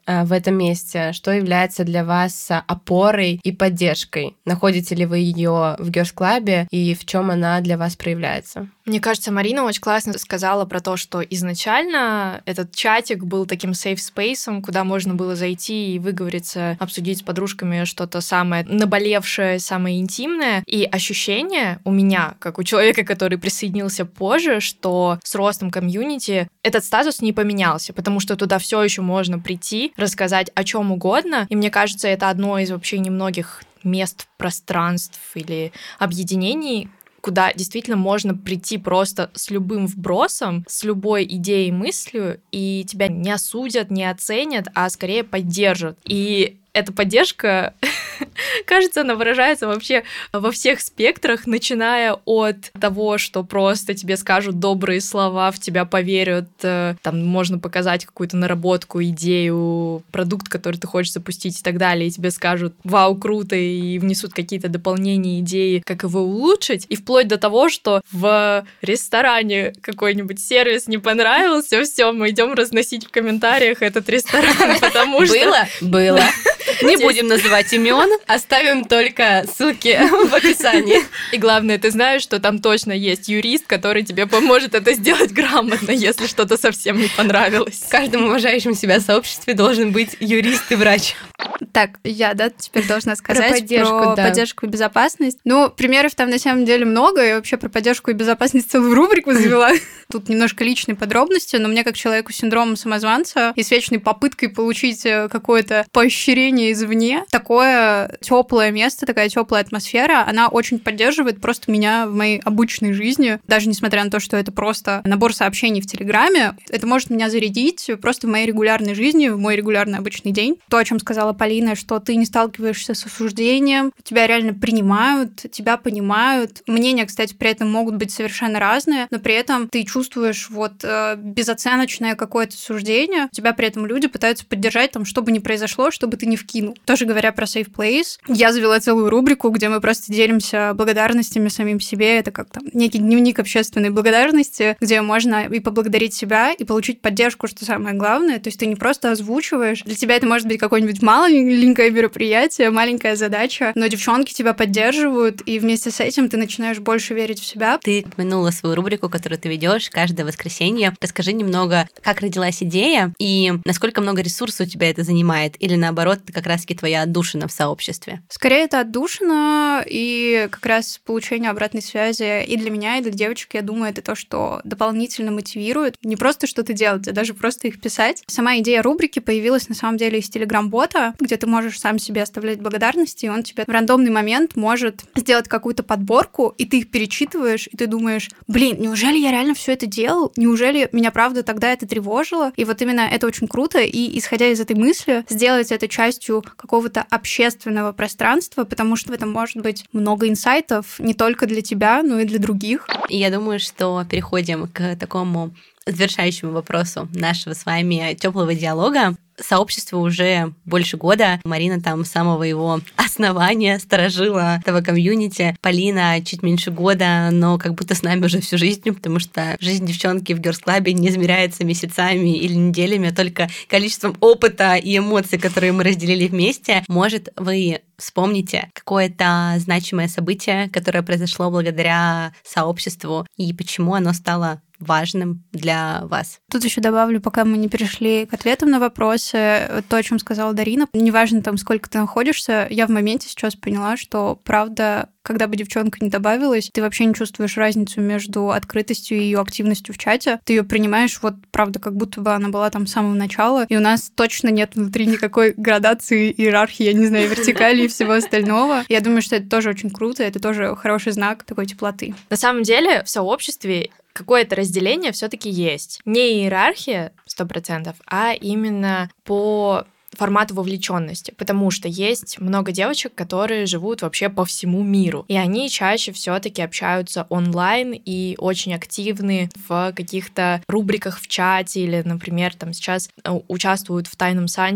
в этом месте? Что является для вас опорой и поддержкой? Находите ли вы ее в Girls Club и в чем она для вас проявляется? Мне кажется, Марина очень классно сказала про то, что изначально этот чатик был таким safe space, куда можно было зайти и выговориться, обсудить с подружками что-то самое наболевшее, самое интимное. И ощущение у меня, как у человека, который присоединился позже, что с ростом комьюнити этот статус не поменялся, потому что туда все еще можно прийти, рассказать о чем угодно. И мне кажется, это одно из вообще немногих мест, пространств или объединений, куда действительно можно прийти просто с любым вбросом, с любой идеей, мыслью, и тебя не осудят, не оценят, а скорее поддержат. И эта поддержка, кажется, она выражается вообще во всех спектрах, начиная от того, что просто тебе скажут добрые слова, в тебя поверят, там можно показать какую-то наработку, идею, продукт, который ты хочешь запустить и так далее, и тебе скажут «Вау, круто!» и внесут какие-то дополнения, идеи, как его улучшить, и вплоть до того, что в ресторане какой-нибудь сервис не понравился, все, мы идем разносить в комментариях этот ресторан, потому что... Было? Было. Не будем называть имен, оставим только ссылки в описании. И главное, ты знаешь, что там точно есть юрист, который тебе поможет это сделать грамотно, если что-то совсем не понравилось. В каждом уважающем себя сообществе должен быть юрист и врач. Так, я, да, теперь должна сказать про поддержку, про да. поддержку и безопасность. Ну, примеров там на самом деле много, я вообще про поддержку и безопасность целую рубрику завела. Тут немножко личные подробности, но мне как человеку с синдромом самозванца и с вечной попыткой получить какое-то поощрение извне, такое теплое место, такая теплая атмосфера, она очень поддерживает просто меня в моей обычной жизни, даже несмотря на то, что это просто набор сообщений в Телеграме, это может меня зарядить просто в моей регулярной жизни, в мой регулярный обычный день. То, о чем сказала Полина, что ты не сталкиваешься с осуждением, тебя реально принимают, тебя понимают. Мнения, кстати, при этом могут быть совершенно разные, но при этом ты чувствуешь вот э, безоценочное какое-то суждение, тебя при этом люди пытаются поддержать, там, что бы ни произошло, что бы ты ни вкинул. Тоже говоря про safe place, я завела целую рубрику, где мы просто делимся благодарностями самим себе. Это как там некий дневник общественной благодарности, где можно и поблагодарить себя, и получить поддержку, что самое главное. То есть ты не просто озвучиваешь. Для тебя это может быть какое-нибудь маленькое мероприятие, маленькая задача, но девчонки тебя поддерживают, и вместе с этим ты начинаешь больше верить в себя. Ты упомянула свою рубрику, которую ты ведешь каждое воскресенье. Расскажи немного, как родилась идея и насколько много ресурсов у тебя это занимает, или наоборот, это как раз-таки твоя отдушина в сообществе? Скорее, это отдушина, и как раз получение обратной связи и для меня, и для девочек, я думаю, это то, что дополнительно мотивирует. Не просто что-то делать, а даже просто их писать. Сама идея рубрики появилась на самом деле из Телеграм-бота, где ты можешь сам себе оставлять благодарности, и он тебе в рандомный момент может сделать какую-то подборку, и ты их перечитываешь, и ты думаешь, блин, неужели я реально все это делал? Неужели меня правда тогда это тревожило? И вот именно это очень круто, и исходя из этой мысли, сделать это частью какого-то общественного пространства, потому что в этом может быть много инсайтов не только для тебя, но и для других. И я думаю, что переходим к такому завершающему вопросу нашего с вами теплого диалога. Сообществу уже больше года. Марина там с самого его основания сторожила этого комьюнити. Полина чуть меньше года, но как будто с нами уже всю жизнь, потому что жизнь девчонки в Girls Club не измеряется месяцами или неделями, а только количеством опыта и эмоций, которые мы разделили вместе. Может, вы вспомните какое-то значимое событие, которое произошло благодаря сообществу, и почему оно стало важным для вас. Тут еще добавлю, пока мы не перешли к ответам на вопросы, то, о чем сказала Дарина. Неважно там, сколько ты находишься, я в моменте сейчас поняла, что, правда, когда бы девчонка не добавилась, ты вообще не чувствуешь разницу между открытостью и ее активностью в чате. Ты ее принимаешь, вот, правда, как будто бы она была там с самого начала, и у нас точно нет внутри никакой градации, иерархии, я не знаю, вертикали и всего остального. Я думаю, что это тоже очень круто, это тоже хороший знак такой теплоты. На самом деле, в сообществе какое-то разделение все-таки есть. Не иерархия сто процентов, а именно по формату вовлеченности, потому что есть много девочек, которые живут вообще по всему миру, и они чаще все-таки общаются онлайн и очень активны в каких-то рубриках в чате или, например, там сейчас участвуют в Тайном Санте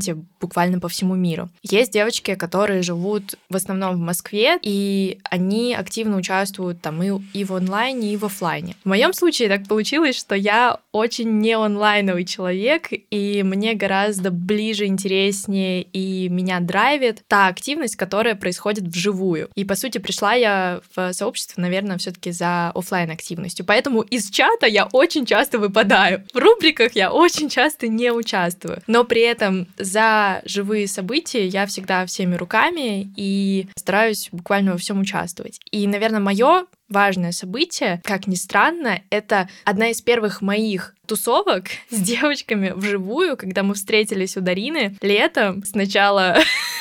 буквально по всему миру. Есть девочки, которые живут в основном в Москве, и они активно участвуют там и, и в онлайне, и в офлайне. В моем случае так получилось, что я очень не онлайновый человек, и мне гораздо ближе, интереснее, и меня драйвит та активность, которая происходит вживую. И, по сути, пришла я в сообщество, наверное, все-таки за офлайн активностью. Поэтому из чата я очень часто выпадаю. В рубриках я очень часто не участвую. Но при этом за живые события я всегда всеми руками и стараюсь буквально во всем участвовать. И, наверное, мое важное событие, как ни странно, это одна из первых моих тусовок с девочками вживую, когда мы встретились у Дарины летом. Сначала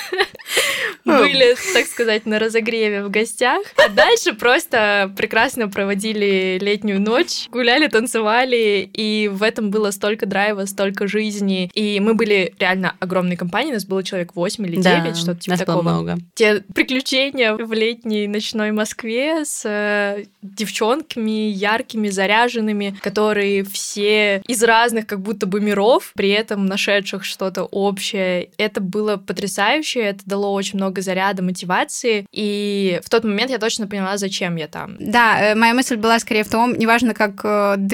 были, так сказать, на разогреве в гостях, а дальше просто прекрасно проводили летнюю ночь, гуляли, танцевали, и в этом было столько драйва, столько жизни. И мы были реально огромной компанией, нас было человек восемь или девять, что-то типа такого. Много. Те приключения в летней ночной Москве с девчонками яркими, заряженными, которые все из разных как будто бы миров, при этом нашедших что-то общее. Это было потрясающе, это дало очень много заряда, мотивации, и в тот момент я точно поняла, зачем я там. Да, моя мысль была скорее в том, неважно, как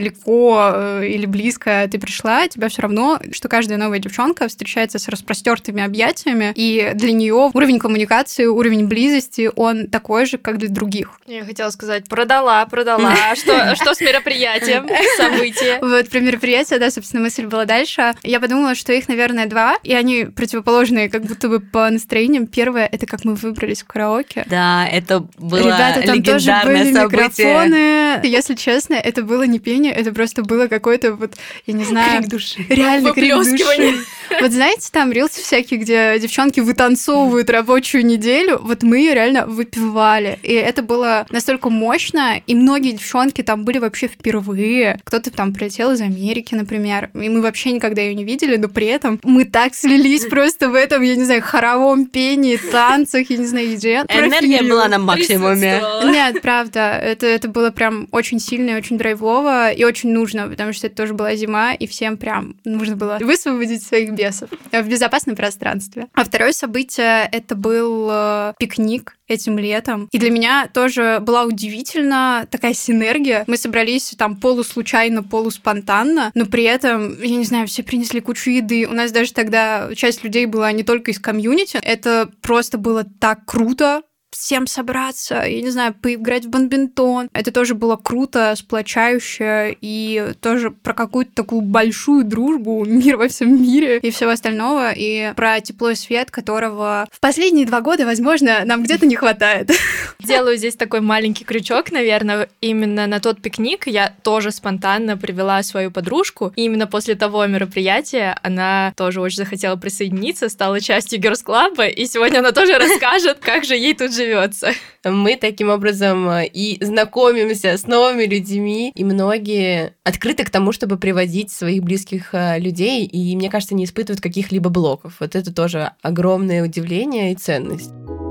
далеко или близко ты пришла, тебя все равно, что каждая новая девчонка встречается с распростертыми объятиями, и для нее уровень коммуникации, уровень близости, он такой же, как для других. Я хотела сказать, продала, продала. Что, что с мероприятием, события? Вот про мероприятие, да, собственно, мысль была дальше. Я подумала, что их, наверное, два, и они противоположные как будто бы по настроениям. Первое — это как мы выбрались в караоке. Да, это было Ребята, там тоже были событие. Микрофоны. Если честно, это было не пение, это просто было какой-то вот, я не знаю... Крик души. Реально крик души. Вот знаете, там рилсы всякие, где девчонки вытанцовывают рабочую неделю, вот мы ее реально выпивали. И это было настолько мощно, и многие девчонки там были вообще впервые. Кто-то там прилетел из Америки, например, и мы вообще никогда ее не видели, но при этом мы так слились просто в этом, я не знаю, хоровом пении, танцах, я не знаю, еде. Энергия была на максимуме. Нет, правда, это, это было прям очень сильно и очень драйвово, и очень нужно, потому что это тоже была зима, и всем прям нужно было высвободить своих бесов в безопасном пространстве. А второе событие — это был э, пикник этим летом. И для меня тоже была удивительна такая синергия. Мы собрались там полуслучайно, полуспонтанно, но при этом, я не знаю, все принесли кучу еды. У нас даже тогда часть людей была не только из комьюнити. Это просто было так круто. Всем собраться, я не знаю, поиграть в бадминтон. Это тоже было круто, сплочающе, и тоже про какую-то такую большую дружбу, мир во всем мире и всего остального, и про тепло и свет, которого в последние два года, возможно, нам где-то не хватает. Делаю здесь такой маленький крючок, наверное, именно на тот пикник я тоже спонтанно привела свою подружку, и именно после того мероприятия она тоже очень захотела присоединиться, стала частью Girls Club, и сегодня она тоже расскажет, как же ей тут живется. Мы таким образом и знакомимся с новыми людьми, и многие открыты к тому, чтобы приводить своих близких людей, и, мне кажется, не испытывают каких-либо блоков. Вот это тоже огромное удивление и ценность.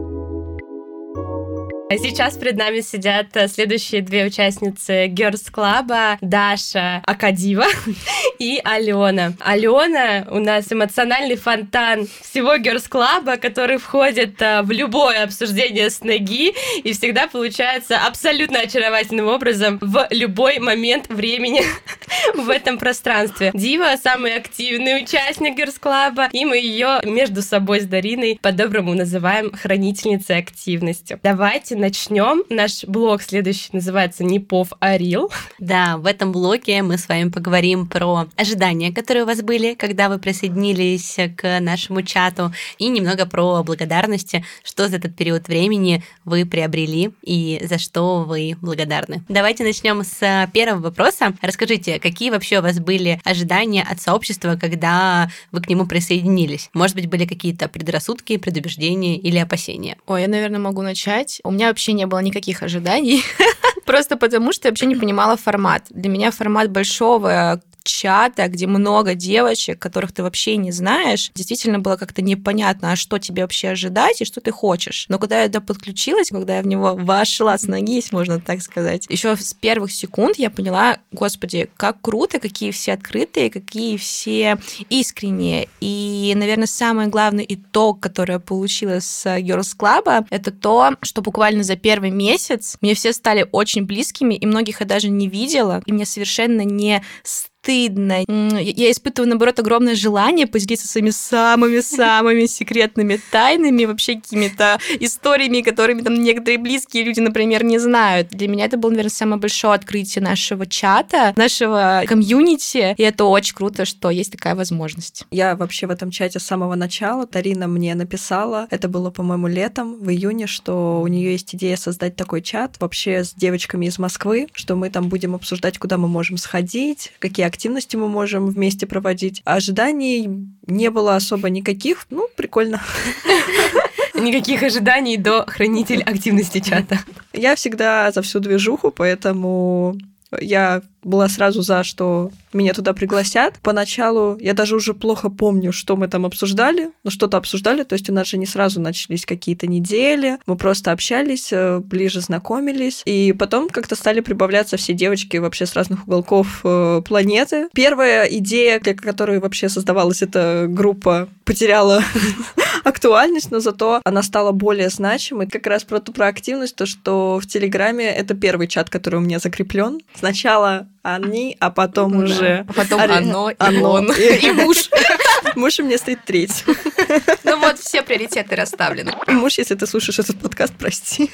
Сейчас перед нами сидят следующие две участницы Girls Club, Даша Акадива и Алена. Алена у нас эмоциональный фонтан всего Girls Club, который входит в любое обсуждение с ноги и всегда получается абсолютно очаровательным образом в любой момент времени в этом пространстве. Дива — самый активный участник Girls Club, и мы ее между собой с Дариной по-доброму называем хранительницей активности. Давайте начнем. Наш блог следующий называется «Не пов, а рил». Да, в этом блоге мы с вами поговорим про ожидания, которые у вас были, когда вы присоединились к нашему чату, и немного про благодарности, что за этот период времени вы приобрели и за что вы благодарны. Давайте начнем с первого вопроса. Расскажите, какие вообще у вас были ожидания от сообщества, когда вы к нему присоединились? Может быть, были какие-то предрассудки, предубеждения или опасения? Ой, я, наверное, могу начать. У меня вообще не было никаких ожиданий, просто потому что я вообще не понимала формат. Для меня формат большого чата, где много девочек, которых ты вообще не знаешь, действительно было как-то непонятно, а что тебе вообще ожидать и что ты хочешь. Но когда я туда подключилась, когда я в него вошла с ноги, если можно так сказать, еще с первых секунд я поняла, господи, как круто, какие все открытые, какие все искренние. И, наверное, самый главный итог, который я получила с Girls Club, это то, что буквально за первый месяц мне все стали очень близкими, и многих я даже не видела, и мне совершенно не стыдно. Я испытываю, наоборот, огромное желание поделиться своими самыми-самыми секретными тайнами, вообще какими-то историями, которыми там некоторые близкие люди, например, не знают. Для меня это было, наверное, самое большое открытие нашего чата, нашего комьюнити, и это очень круто, что есть такая возможность. Я вообще в этом чате с самого начала. Тарина мне написала, это было, по-моему, летом, в июне, что у нее есть идея создать такой чат вообще с девочками из Москвы, что мы там будем обсуждать, куда мы можем сходить, какие активности мы можем вместе проводить. А ожиданий не было особо никаких. Ну, прикольно. Никаких ожиданий до хранитель активности чата. Я всегда за всю движуху, поэтому я была сразу за, что меня туда пригласят. Поначалу я даже уже плохо помню, что мы там обсуждали, но что-то обсуждали, то есть у нас же не сразу начались какие-то недели, мы просто общались, ближе знакомились, и потом как-то стали прибавляться все девочки вообще с разных уголков планеты. Первая идея, для которой вообще создавалась эта группа, потеряла актуальность, но зато она стала более значимой. Как раз про ту про активность, то, что в Телеграме это первый чат, который у меня закреплен. Сначала они, а потом да. уже... А потом Ари... оно, и оно, он, и муж. Муж у меня стоит третий. Ну вот, все приоритеты расставлены. Муж, если ты слушаешь этот подкаст, прости.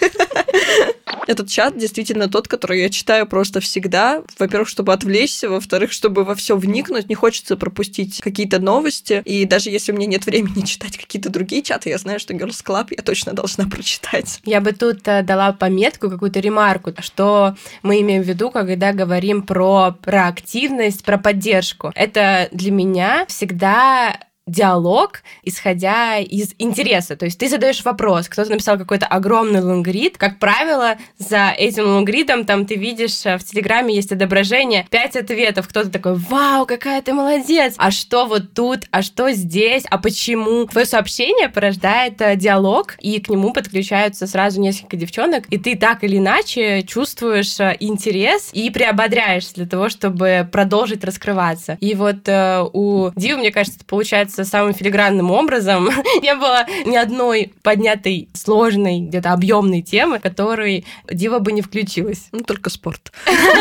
Этот чат действительно тот, который я читаю просто всегда. Во-первых, чтобы отвлечься, во-вторых, чтобы во все вникнуть. Не хочется пропустить какие-то новости. И даже если у меня нет времени читать какие-то другие чаты, я знаю, что Girls Club я точно должна прочитать. Я бы тут дала пометку, какую-то ремарку, что мы имеем в виду, когда говорим про проактивность, про поддержку. Это для меня всегда диалог, исходя из интереса. То есть ты задаешь вопрос, кто-то написал какой-то огромный лонгрид. Как правило, за этим лонгридом там ты видишь, в Телеграме есть отображение, пять ответов. Кто-то такой: вау, какая ты молодец! А что вот тут? А что здесь? А почему? Твое сообщение порождает диалог, и к нему подключаются сразу несколько девчонок, и ты так или иначе чувствуешь интерес и приободряешься для того, чтобы продолжить раскрываться. И вот э, у Дивы, мне кажется, это получается самым филигранным образом. Не было ни одной поднятой, сложной, где-то объемной темы, которой Дива бы не включилась. Ну, только спорт.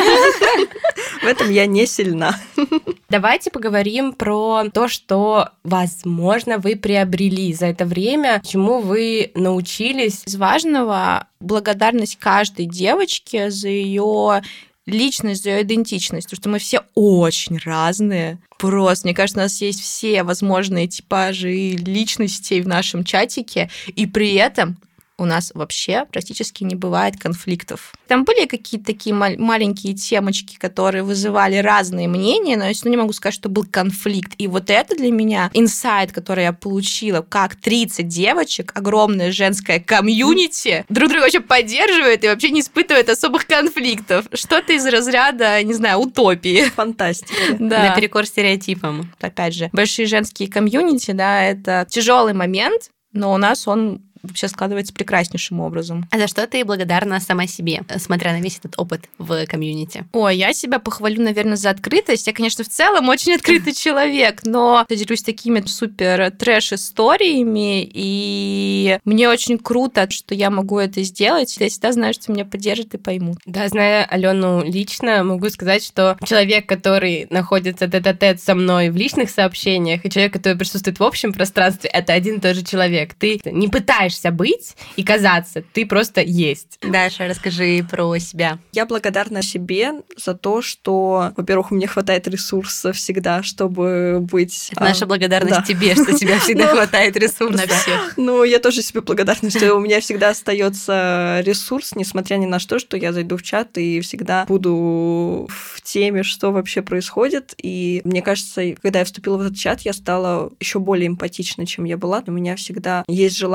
В этом я не сильна. Давайте поговорим про то, что, возможно, вы приобрели за это время, чему вы научились. Из важного благодарность каждой девочке за ее личность, за ее идентичность, потому что мы все очень разные. Просто, мне кажется, у нас есть все возможные типажи личностей в нашем чатике, и при этом у нас вообще практически не бывает конфликтов. Там были какие-то такие мал- маленькие темочки, которые вызывали разные мнения, но я не могу сказать, что был конфликт. И вот это для меня инсайт, который я получила, как тридцать девочек, огромное женское комьюнити, друг друга вообще поддерживает и вообще не испытывает особых конфликтов. Что-то из разряда, не знаю, утопии. Фантастика. Да. Наперекор стереотипам. Опять же, большие женские комьюнити, да, это тяжелый момент, но у нас он вообще складывается прекраснейшим образом. А за что ты благодарна сама себе, смотря на весь этот опыт в комьюнити? Ой, я себя похвалю, наверное, за открытость. Я, конечно, в целом очень открытый человек, но я делюсь такими супер трэш-историями, и мне очень круто, что я могу это сделать. Я всегда знаю, что меня поддержат и поймут. Да, зная Алену лично, могу сказать, что человек, который находится тет-а-тет со мной в личных сообщениях, и человек, который присутствует в общем пространстве, это один и тот же человек. Ты не пытаешься быть и казаться, ты просто есть. Даша, расскажи про себя. Я благодарна себе за то, что, во-первых, у меня хватает ресурса всегда, чтобы быть... Это а, наша благодарность да. тебе, что тебе всегда хватает ресурса. На всех. Ну, я тоже себе благодарна, что у меня всегда остается ресурс, несмотря ни на что, что я зайду в чат и всегда буду в теме, что вообще происходит. И мне кажется, когда я вступила в этот чат, я стала еще более эмпатичной, чем я была. У меня всегда есть желание поддержать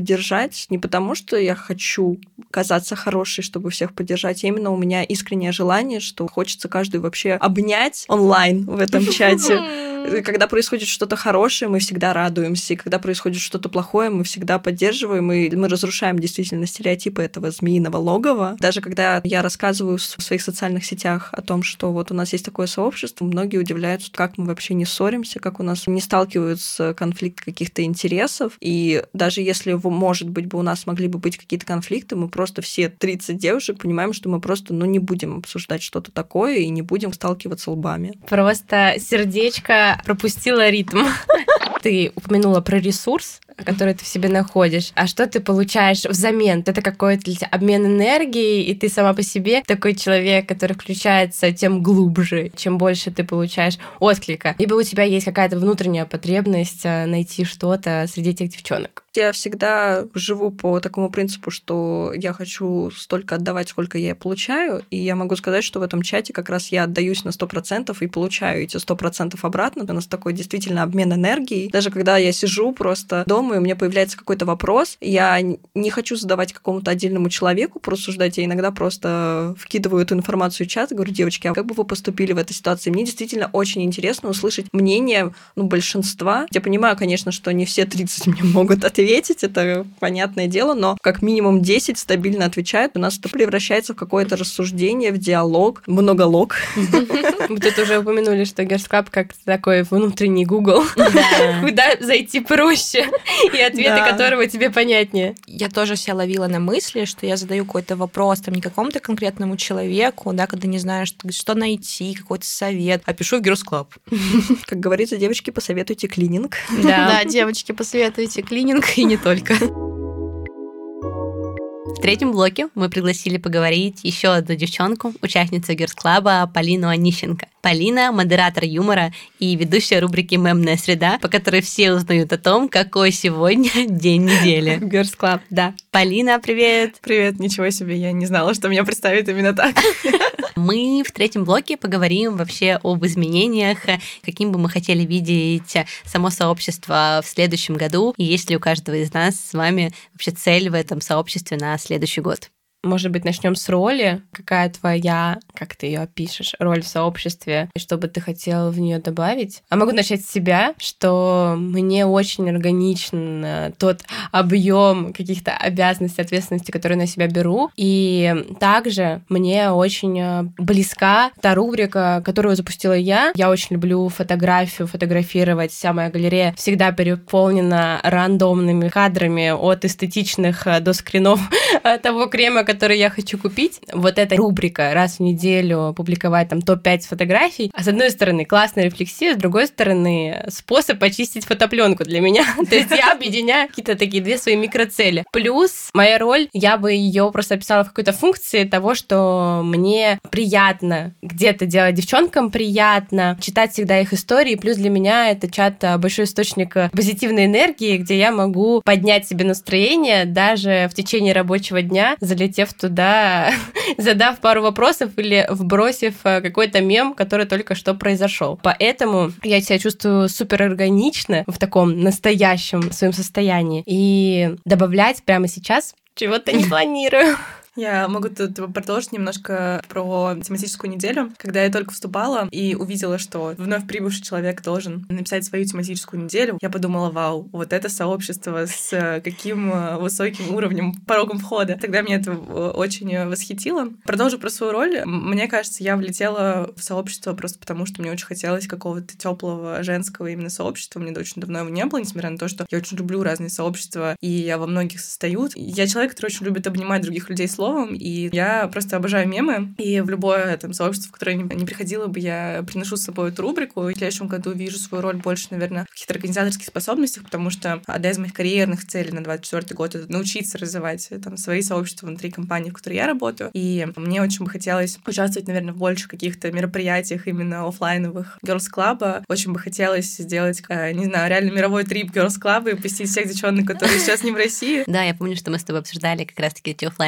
поддержать, не потому, что я хочу казаться хорошей, чтобы всех поддержать, а именно у меня искреннее желание, что хочется каждую вообще обнять онлайн в этом чате. Когда происходит что-то хорошее, мы всегда радуемся, и когда происходит что-то плохое, мы всегда поддерживаем, и мы разрушаем действительно стереотипы этого змеиного логова. Даже когда я рассказываю в своих социальных сетях о том, что вот у нас есть такое сообщество, многие удивляются, как мы вообще не ссоримся, как у нас не сталкиваются конфликты каких-то интересов, и даже если, может быть, бы у нас могли бы быть какие-то конфликты, мы просто все тридцать девушек понимаем, что мы просто, ну, не будем обсуждать что-то такое и не будем сталкиваться лбами. Просто сердечко пропустила ритм. Ты упомянула про ресурс, который ты в себе находишь. А что ты получаешь взамен? Это какой-то для тебя обмен энергией, и ты сама по себе такой человек, который включается тем глубже, чем больше ты получаешь отклика. Либо у тебя есть какая-то внутренняя потребность найти что-то среди этих девчонок. Я всегда живу по такому принципу, что я хочу столько отдавать, сколько я получаю, и я могу сказать, что в этом чате как раз я отдаюсь на сто процентов и получаю эти сто процентов обратно. У нас такой действительно обмен энергией. Даже когда я сижу просто дома, и у меня появляется какой-то вопрос, я не хочу задавать какому-то отдельному человеку порассуждать, я иногда просто вкидываю эту информацию в чат и говорю: девочки, а как бы вы поступили в этой ситуации? Мне действительно очень интересно услышать мнение, ну, большинства. Я понимаю, конечно, что не все тридцать мне могут ответить, это понятное дело, но как минимум десять стабильно отвечают. У нас это превращается в какое-то рассуждение, в диалог, монолог. Мы тут уже упомянули, что Girls Club как такой внутренний Google, куда зайти проще, и ответы которого тебе понятнее. Я тоже себя ловила на мысли, что я задаю какой-то вопрос там не какому-то конкретному человеку, да, когда не знаю, что, что найти, какой-то совет, а пишу в Girls Club. Как говорится, девочки, посоветуйте клининг. Да, девочки, посоветуйте клининг. И не только. В третьем блоке мы пригласили поговорить еще одну девчонку, участницу Girls Club, Полину Онищенко. Полина – модератор юмора и ведущая рубрики «Мемная среда», по которой все узнают о том, какой сегодня день недели. Girls Club, да. Полина, привет! Привет, ничего себе, я не знала, что меня представят именно так. Мы в третьем блоке поговорим вообще об изменениях, каким бы мы хотели видеть само сообщество в следующем году, и есть ли у каждого из нас с вами вообще цель в этом сообществе на следующий год. Может быть, начнем с роли. Какая твоя, как ты ее опишешь, роль в сообществе, и что бы ты хотела в нее добавить? А могу начать с себя, что мне очень органичен тот объем каких-то обязанностей, ответственности, которые на себя беру. И также мне очень близка та рубрика, которую запустила я. Я очень люблю фотографию, фотографировать. Вся моя галерея всегда переполнена рандомными кадрами от эстетичных до скринов того крема, который я хочу купить. Вот эта рубрика раз в неделю публиковать там топ пять фотографий. А с одной стороны, классная рефлексия, с другой стороны, способ очистить фотопленку для меня. То есть я объединяю какие-то такие две свои микроцели. Плюс моя роль, я бы ее просто описала в какой-то функции того, что мне приятно где-то делать девчонкам, приятно читать всегда их истории. Плюс для меня это чат большой источник позитивной энергии, где я могу поднять себе настроение даже в течение рабочего дня, залетев туда, задав пару вопросов или вбросив какой-то мем, который только что произошел. Поэтому я себя чувствую супер органично в таком настоящем своем состоянии. И добавлять прямо сейчас чего-то не планирую. Я могу тут продолжить немножко про тематическую неделю. Когда я только вступала и увидела, что вновь прибывший человек должен написать свою тематическую неделю, я подумала: вау, вот это сообщество с каким высоким уровнем, порогом входа. Тогда меня это очень восхитило. Продолжу про свою роль. Мне кажется, я влетела в сообщество просто потому, что мне очень хотелось какого-то теплого женского именно сообщества. Мне очень давно его не было, несмотря на то, что я очень люблю разные сообщества, и я во многих состою. Я человек, который очень любит обнимать других людей словом, и я просто обожаю мемы, и в любое там сообщество, в которое не, не приходила бы, я приношу с собой эту рубрику. И в следующем году вижу свою роль больше, наверное, в каких-то организаторских способностях, потому что одна из моих карьерных целей на двадцать четвёртый год — это научиться развивать там свои сообщества внутри компании, в которой я работаю. И мне очень бы хотелось участвовать, наверное, в больше каких-то мероприятиях именно офлайновых Girls Club. Очень бы хотелось сделать, не знаю, реально мировой трип Girls Club и посетить всех девчонок, которые сейчас не в России. Да, я помню, что мы с тобой обсуждали как раз-таки эти офлайн все мероприятия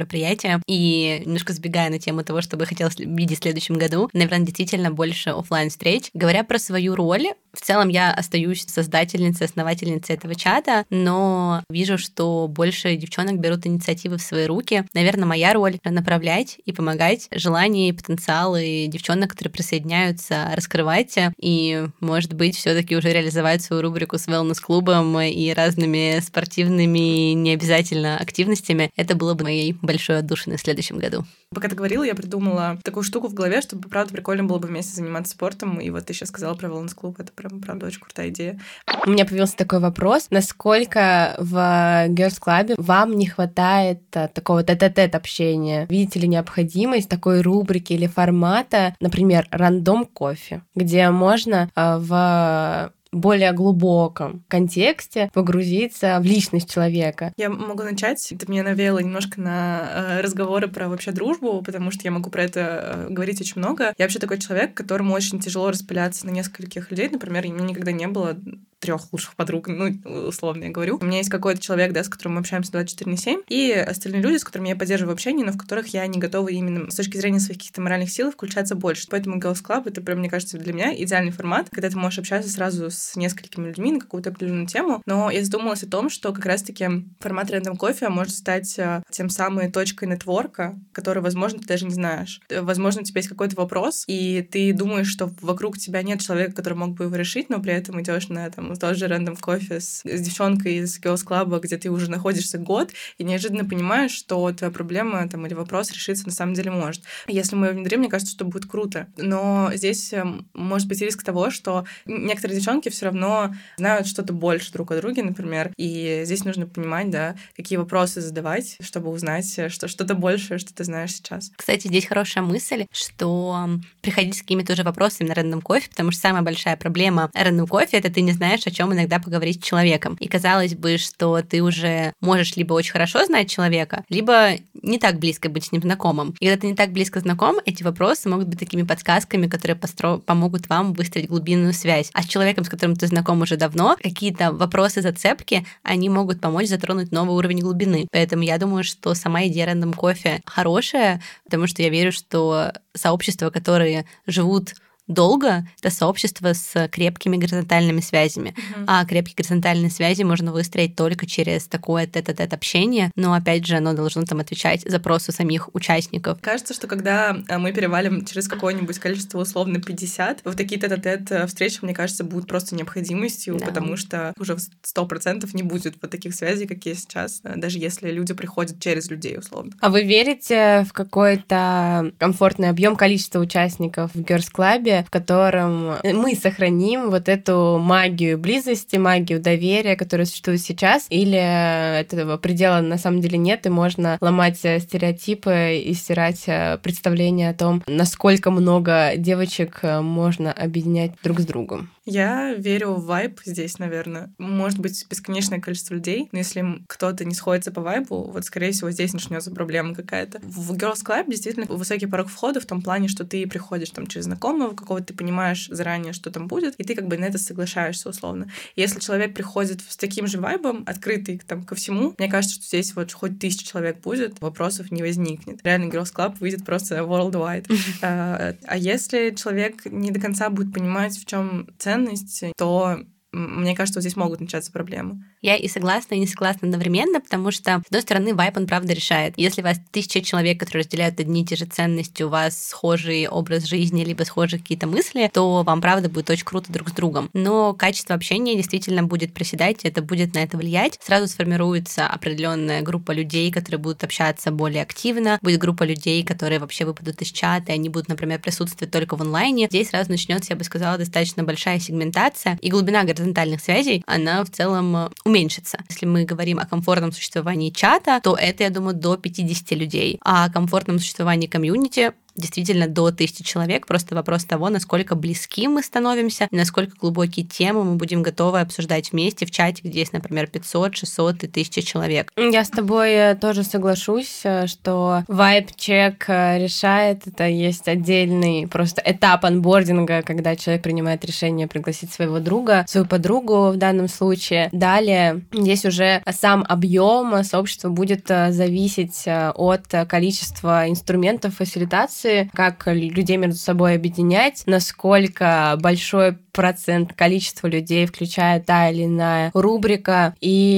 мероприятия. И немножко сбегая на тему того, что бы хотелось видеть в следующем году, наверное, действительно больше офлайн встреч. Говоря про свою роль, в целом я остаюсь создательницей, основательницей этого чата, но вижу, что больше девчонок берут инициативы в свои руки. Наверное, моя роль — направлять и помогать желания и потенциалы девчонок, которые присоединяются, раскрывать и, может быть, все таки уже реализовать свою рубрику с wellness-клубом и разными спортивными, не обязательно активностями. Это было бы моей большой отдушиной в следующем году. Пока ты говорила, я придумала такую штуку в голове, чтобы, правда, прикольно было бы вместе заниматься спортом. И вот ты сейчас сказала про wellness-клуб. Это прям, правда, очень крутая идея. У меня появился такой вопрос. Насколько в Girls Club вам не хватает такого тет-а-тет общения? Видите ли необходимость такой рубрики или формата, например, рандом кофе, где можно в более глубоком контексте погрузиться в личность человека? Я могу начать. Это меня навеяло немножко на разговоры про вообще дружбу, потому что я могу про это говорить очень много. Я вообще такой человек, которому очень тяжело распыляться на нескольких людей. Например, у меня никогда не было трех лучших подруг, ну, условно я говорю. У меня есть какой-то человек, да, с которым мы общаемся двадцать четыре на семь, и остальные люди, с которыми я поддерживаю общение, но в которых я не готова именно с точки зрения своих каких-то моральных сил включаться больше. Поэтому Girls Club — это прям, мне кажется, для меня идеальный формат, когда ты можешь общаться сразу с несколькими людьми на какую-то определенную тему. Но я задумалась о том, что как раз-таки формат рандом кофе может стать тем самой точкой нетворка, которую, возможно, ты даже не знаешь. Возможно, у тебя есть какой-то вопрос, и ты думаешь, что вокруг тебя нет человека, который мог бы его решить, но при этом идешь на там тот же рандом кофе с, с девчонкой из Girls Club, где ты уже находишься год, и неожиданно понимаешь, что твоя проблема там, или вопрос решиться на самом деле может. Если мы его внедрим, мне кажется, что будет круто. Но здесь может быть риск того, что некоторые девчонки все равно знают что-то больше друг о друге, например, и здесь нужно понимать, да, какие вопросы задавать, чтобы узнать что, что-то большее, что ты знаешь сейчас. Кстати, здесь хорошая мысль, что приходить с какими-то уже вопросами на рандом кофе, потому что самая большая проблема рандом кофе — это ты не знаешь, о чем иногда поговорить с человеком. И казалось бы, что ты уже можешь либо очень хорошо знать человека, либо не так близко быть с ним знакомым. И когда ты не так близко знаком, эти вопросы могут быть такими подсказками, которые постро... помогут вам выстроить глубинную связь. А с человеком, с которым ты знаком уже давно, какие-то вопросы, зацепки, они могут помочь затронуть новый уровень глубины. Поэтому я думаю, что сама идея рандом кофе хорошая, потому что я верю, что сообщества, которые живут долго, это сообщество с крепкими горизонтальными связями. Uh-huh. А крепкие горизонтальные связи можно выстроить только через такое тет-а-тет общение, но, опять же, оно должно там отвечать запросу самих участников. Кажется, что когда мы перевалим через какое-нибудь количество условно пятьдесят, вот такие тет-а-тет встречи, мне кажется, будут просто необходимостью, да. Потому что уже сто процентов не будет вот таких связей, как есть сейчас, даже если люди приходят через людей, условно. А вы верите в какой-то комфортный объем количества участников в Girls Club, в котором мы сохраним вот эту магию близости, магию доверия, которая существует сейчас, или этого предела на самом деле нет, и можно ломать стереотипы и стирать представления о том, насколько много девочек можно объединять друг с другом? Я верю в вайб здесь, наверное. Может быть, бесконечное количество людей, но если кто-то не сходится по вайбу, вот, скорее всего, здесь начнется проблема какая-то. В Girls Club действительно высокий порог входа в том плане, что ты приходишь там через знакомого какого-то, ты понимаешь заранее, что там будет, и ты как бы на это соглашаешься условно. Если человек приходит с таким же вайбом, открытый там ко всему, мне кажется, что здесь вот хоть тысяча человек будет, вопросов не возникнет. Реально Girls Club выйдет просто worldwide. А если человек не до конца будет понимать, в чем ценность, то мне кажется, вот здесь могут начаться проблемы. Я и согласна, и не согласна одновременно, потому что, с одной стороны, вайб, он правда решает. Если у вас тысяча человек, которые разделяют одни и те же ценности, у вас схожий образ жизни, либо схожие какие-то мысли, то вам, правда, будет очень круто друг с другом. Но качество общения действительно будет проседать, это будет на это влиять. Сразу сформируется определенная группа людей, которые будут общаться более активно, будет группа людей, которые вообще выпадут из чата, и они будут, например, присутствовать только в онлайне. Здесь сразу начнется, я бы сказала, достаточно большая сегментация, и глубина горизонтальных связей, она в целом уменьшится. Если мы говорим о комфортном существовании чата, то это, я думаю, до пятьдесят людей. А о комфортном существовании комьюнити действительно до тысячи человек. Просто вопрос того, насколько близки мы становимся, насколько глубокие темы мы будем готовы обсуждать вместе в чате, где есть, например, пятьсот, шестьсот и тысяча человек. Я с тобой тоже соглашусь, что вайб-чек решает. Это есть отдельный просто этап анбординга, когда человек принимает решение пригласить своего друга, свою подругу в данном случае. Далее здесь уже сам объем сообщества будет зависеть от количества инструментов фасилитации, как людей между собой объединять, насколько большой процент, количество людей включает та или иная рубрика.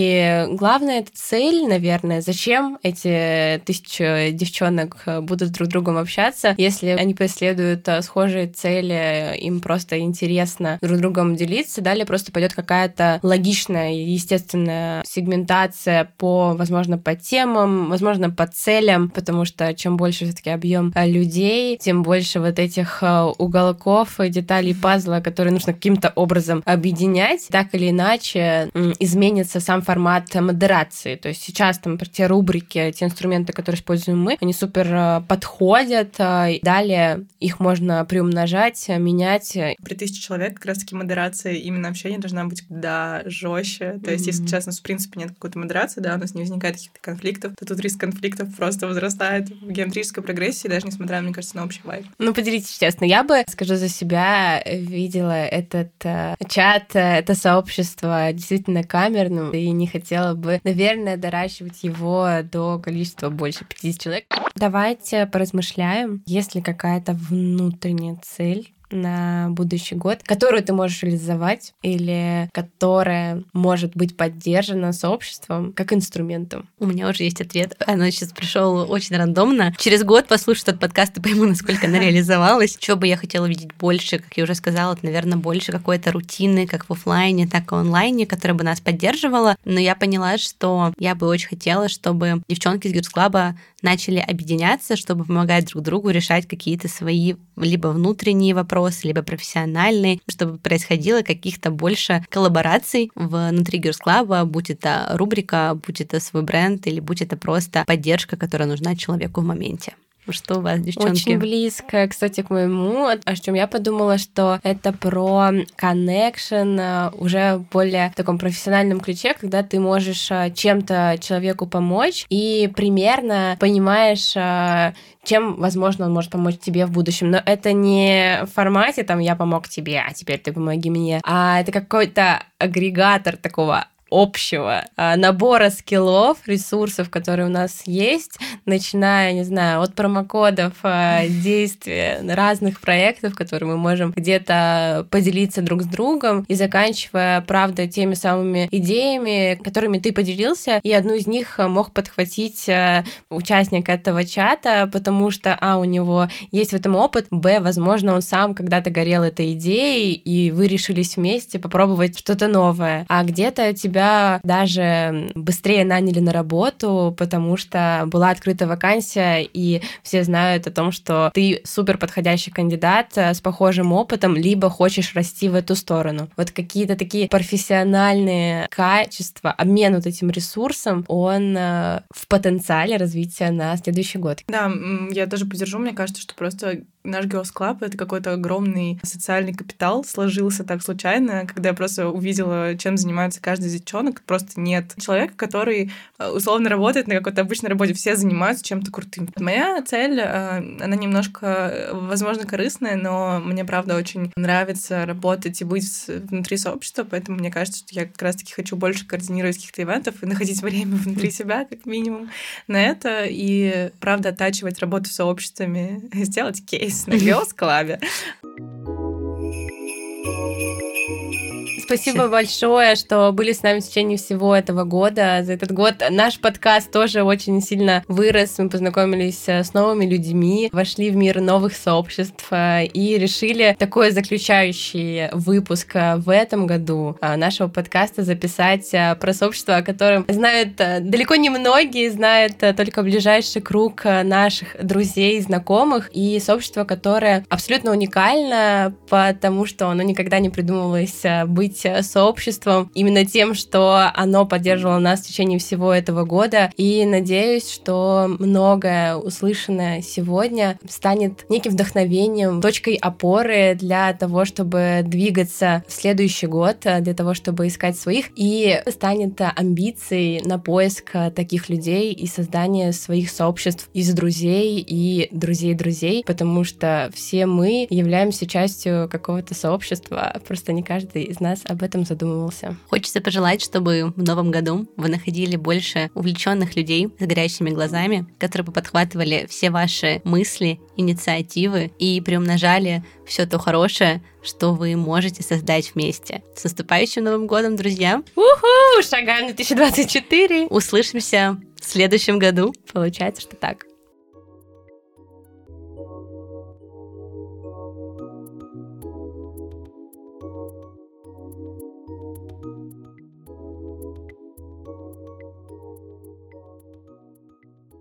И главное, это цель, наверное. Зачем эти тысячи девчонок будут друг с другом общаться, если они преследуют схожие цели, им просто интересно друг с другом делиться. Далее просто пойдет какая-то логичная и естественная сегментация по, возможно, по темам, возможно, по целям, потому что чем больше все-таки объем людей, тем больше вот этих уголков, деталей пазла, которые нужно каким-то образом объединять. Так или иначе изменится сам формат модерации. То есть сейчас там те рубрики, те инструменты, которые используем мы, они супер подходят. Далее их можно приумножать, менять. При тысяче человек как раз-таки модерация именно общения должна быть куда жестче. То есть, mm-hmm. если сейчас у нас в принципе нет какой-то модерации, да, у нас не возникает каких-то конфликтов, то тут риск конфликтов просто возрастает в геометрической прогрессии, даже несмотря, мне кажется, на общий вайб. Ну, поделитесь честно. Я бы, скажу за себя, видела этот э, чат, это сообщество действительно камерным, и не хотела бы, наверное, доращивать его до количества больше пятидесяти человек. Давайте поразмышляем, есть ли какая-то внутренняя цель на будущий год, которую ты можешь реализовать или которая может быть поддержана сообществом как инструментом? У меня уже есть ответ. Она сейчас пришел очень рандомно. Через год послушаю этот подкаст и пойму, насколько она реализовалась. Чего бы я хотела видеть больше, как я уже сказала, это, наверное, больше какой-то рутины, как в офлайне, так и онлайне, которая бы нас поддерживала. Но я поняла, что я бы очень хотела, чтобы девчонки из Girls Club начали объединяться, чтобы помогать друг другу решать какие-то свои либо внутренние вопросы, либо профессиональные, чтобы происходило каких-то больше коллабораций внутри Girls Club, будь это рубрика, будь это свой бренд, или будь это просто поддержка, которая нужна человеку в моменте. Что у вас, девчонки? Очень близко, кстати, к моему, о чем я подумала, что это про коннекшн уже в более таком профессиональном ключе, когда ты можешь чем-то человеку помочь и примерно понимаешь, чем, возможно, он может помочь тебе в будущем. Но это не в формате, там, я помог тебе, а теперь ты помоги мне, а это какой-то агрегатор такого общего набора скиллов, ресурсов, которые у нас есть, начиная, не знаю, от промокодов, действия разных проектов, которые мы можем где-то поделиться друг с другом, и заканчивая, правда, теми самыми идеями, которыми ты поделился, и одну из них мог подхватить участник этого чата, потому что, а, у него есть в этом опыт, б, возможно, он сам когда-то горел этой идеей, и вы решились вместе попробовать что-то новое, а где-то тебя даже быстрее наняли на работу, потому что была открыта вакансия, и все знают о том, что ты супер подходящий кандидат с похожим опытом, либо хочешь расти в эту сторону. Вот какие-то такие профессиональные качества, обмен вот этим ресурсом, он в потенциале развития на следующий год. Да, я тоже поддержу. Мне кажется, что просто наш Girls Club — это какой-то огромный социальный капитал, сложился так случайно, когда я просто увидела, чем занимается каждый из девчонок. Просто нет человека, который условно работает на какой-то обычной работе. Все занимаются чем-то крутым. Моя цель, она немножко, возможно, корыстная, но мне, правда, очень нравится работать и быть внутри сообщества, поэтому мне кажется, что я как раз-таки хочу больше координировать каких-то ивентов и находить время внутри себя, как минимум, на это, и, правда, оттачивать работу с сообществами, сделать кейс на Girls Club. Спасибо большое, что были с нами в течение всего этого года. За этот год наш подкаст тоже очень сильно вырос. Мы познакомились с новыми людьми, вошли в мир новых сообществ и решили такой заключающий выпуск в этом году нашего подкаста записать про сообщество, о котором знают далеко не многие, знают только ближайший круг наших друзей, знакомых, и сообщество, которое абсолютно уникально, потому что оно никогда не придумывало задумывалось быть сообществом именно тем, что оно поддерживало нас в течение всего этого года. И надеюсь, что многое услышанное сегодня станет неким вдохновением, точкой опоры для того, чтобы двигаться в следующий год, для того, чтобы искать своих, и станет амбицией на поиск таких людей и создание своих сообществ из друзей и друзей-друзей, потому что все мы являемся частью какого-то сообщества, просто не каждый из нас об этом задумывался. Хочется пожелать, чтобы в новом году вы находили больше увлеченных людей с горящими глазами, которые бы подхватывали все ваши мысли, инициативы и приумножали все то хорошее, что вы можете создать вместе. С наступающим Новым годом, друзья! Уху! Шагаем две тысячи двадцать четыре! Услышимся в следующем году. Получается, что так.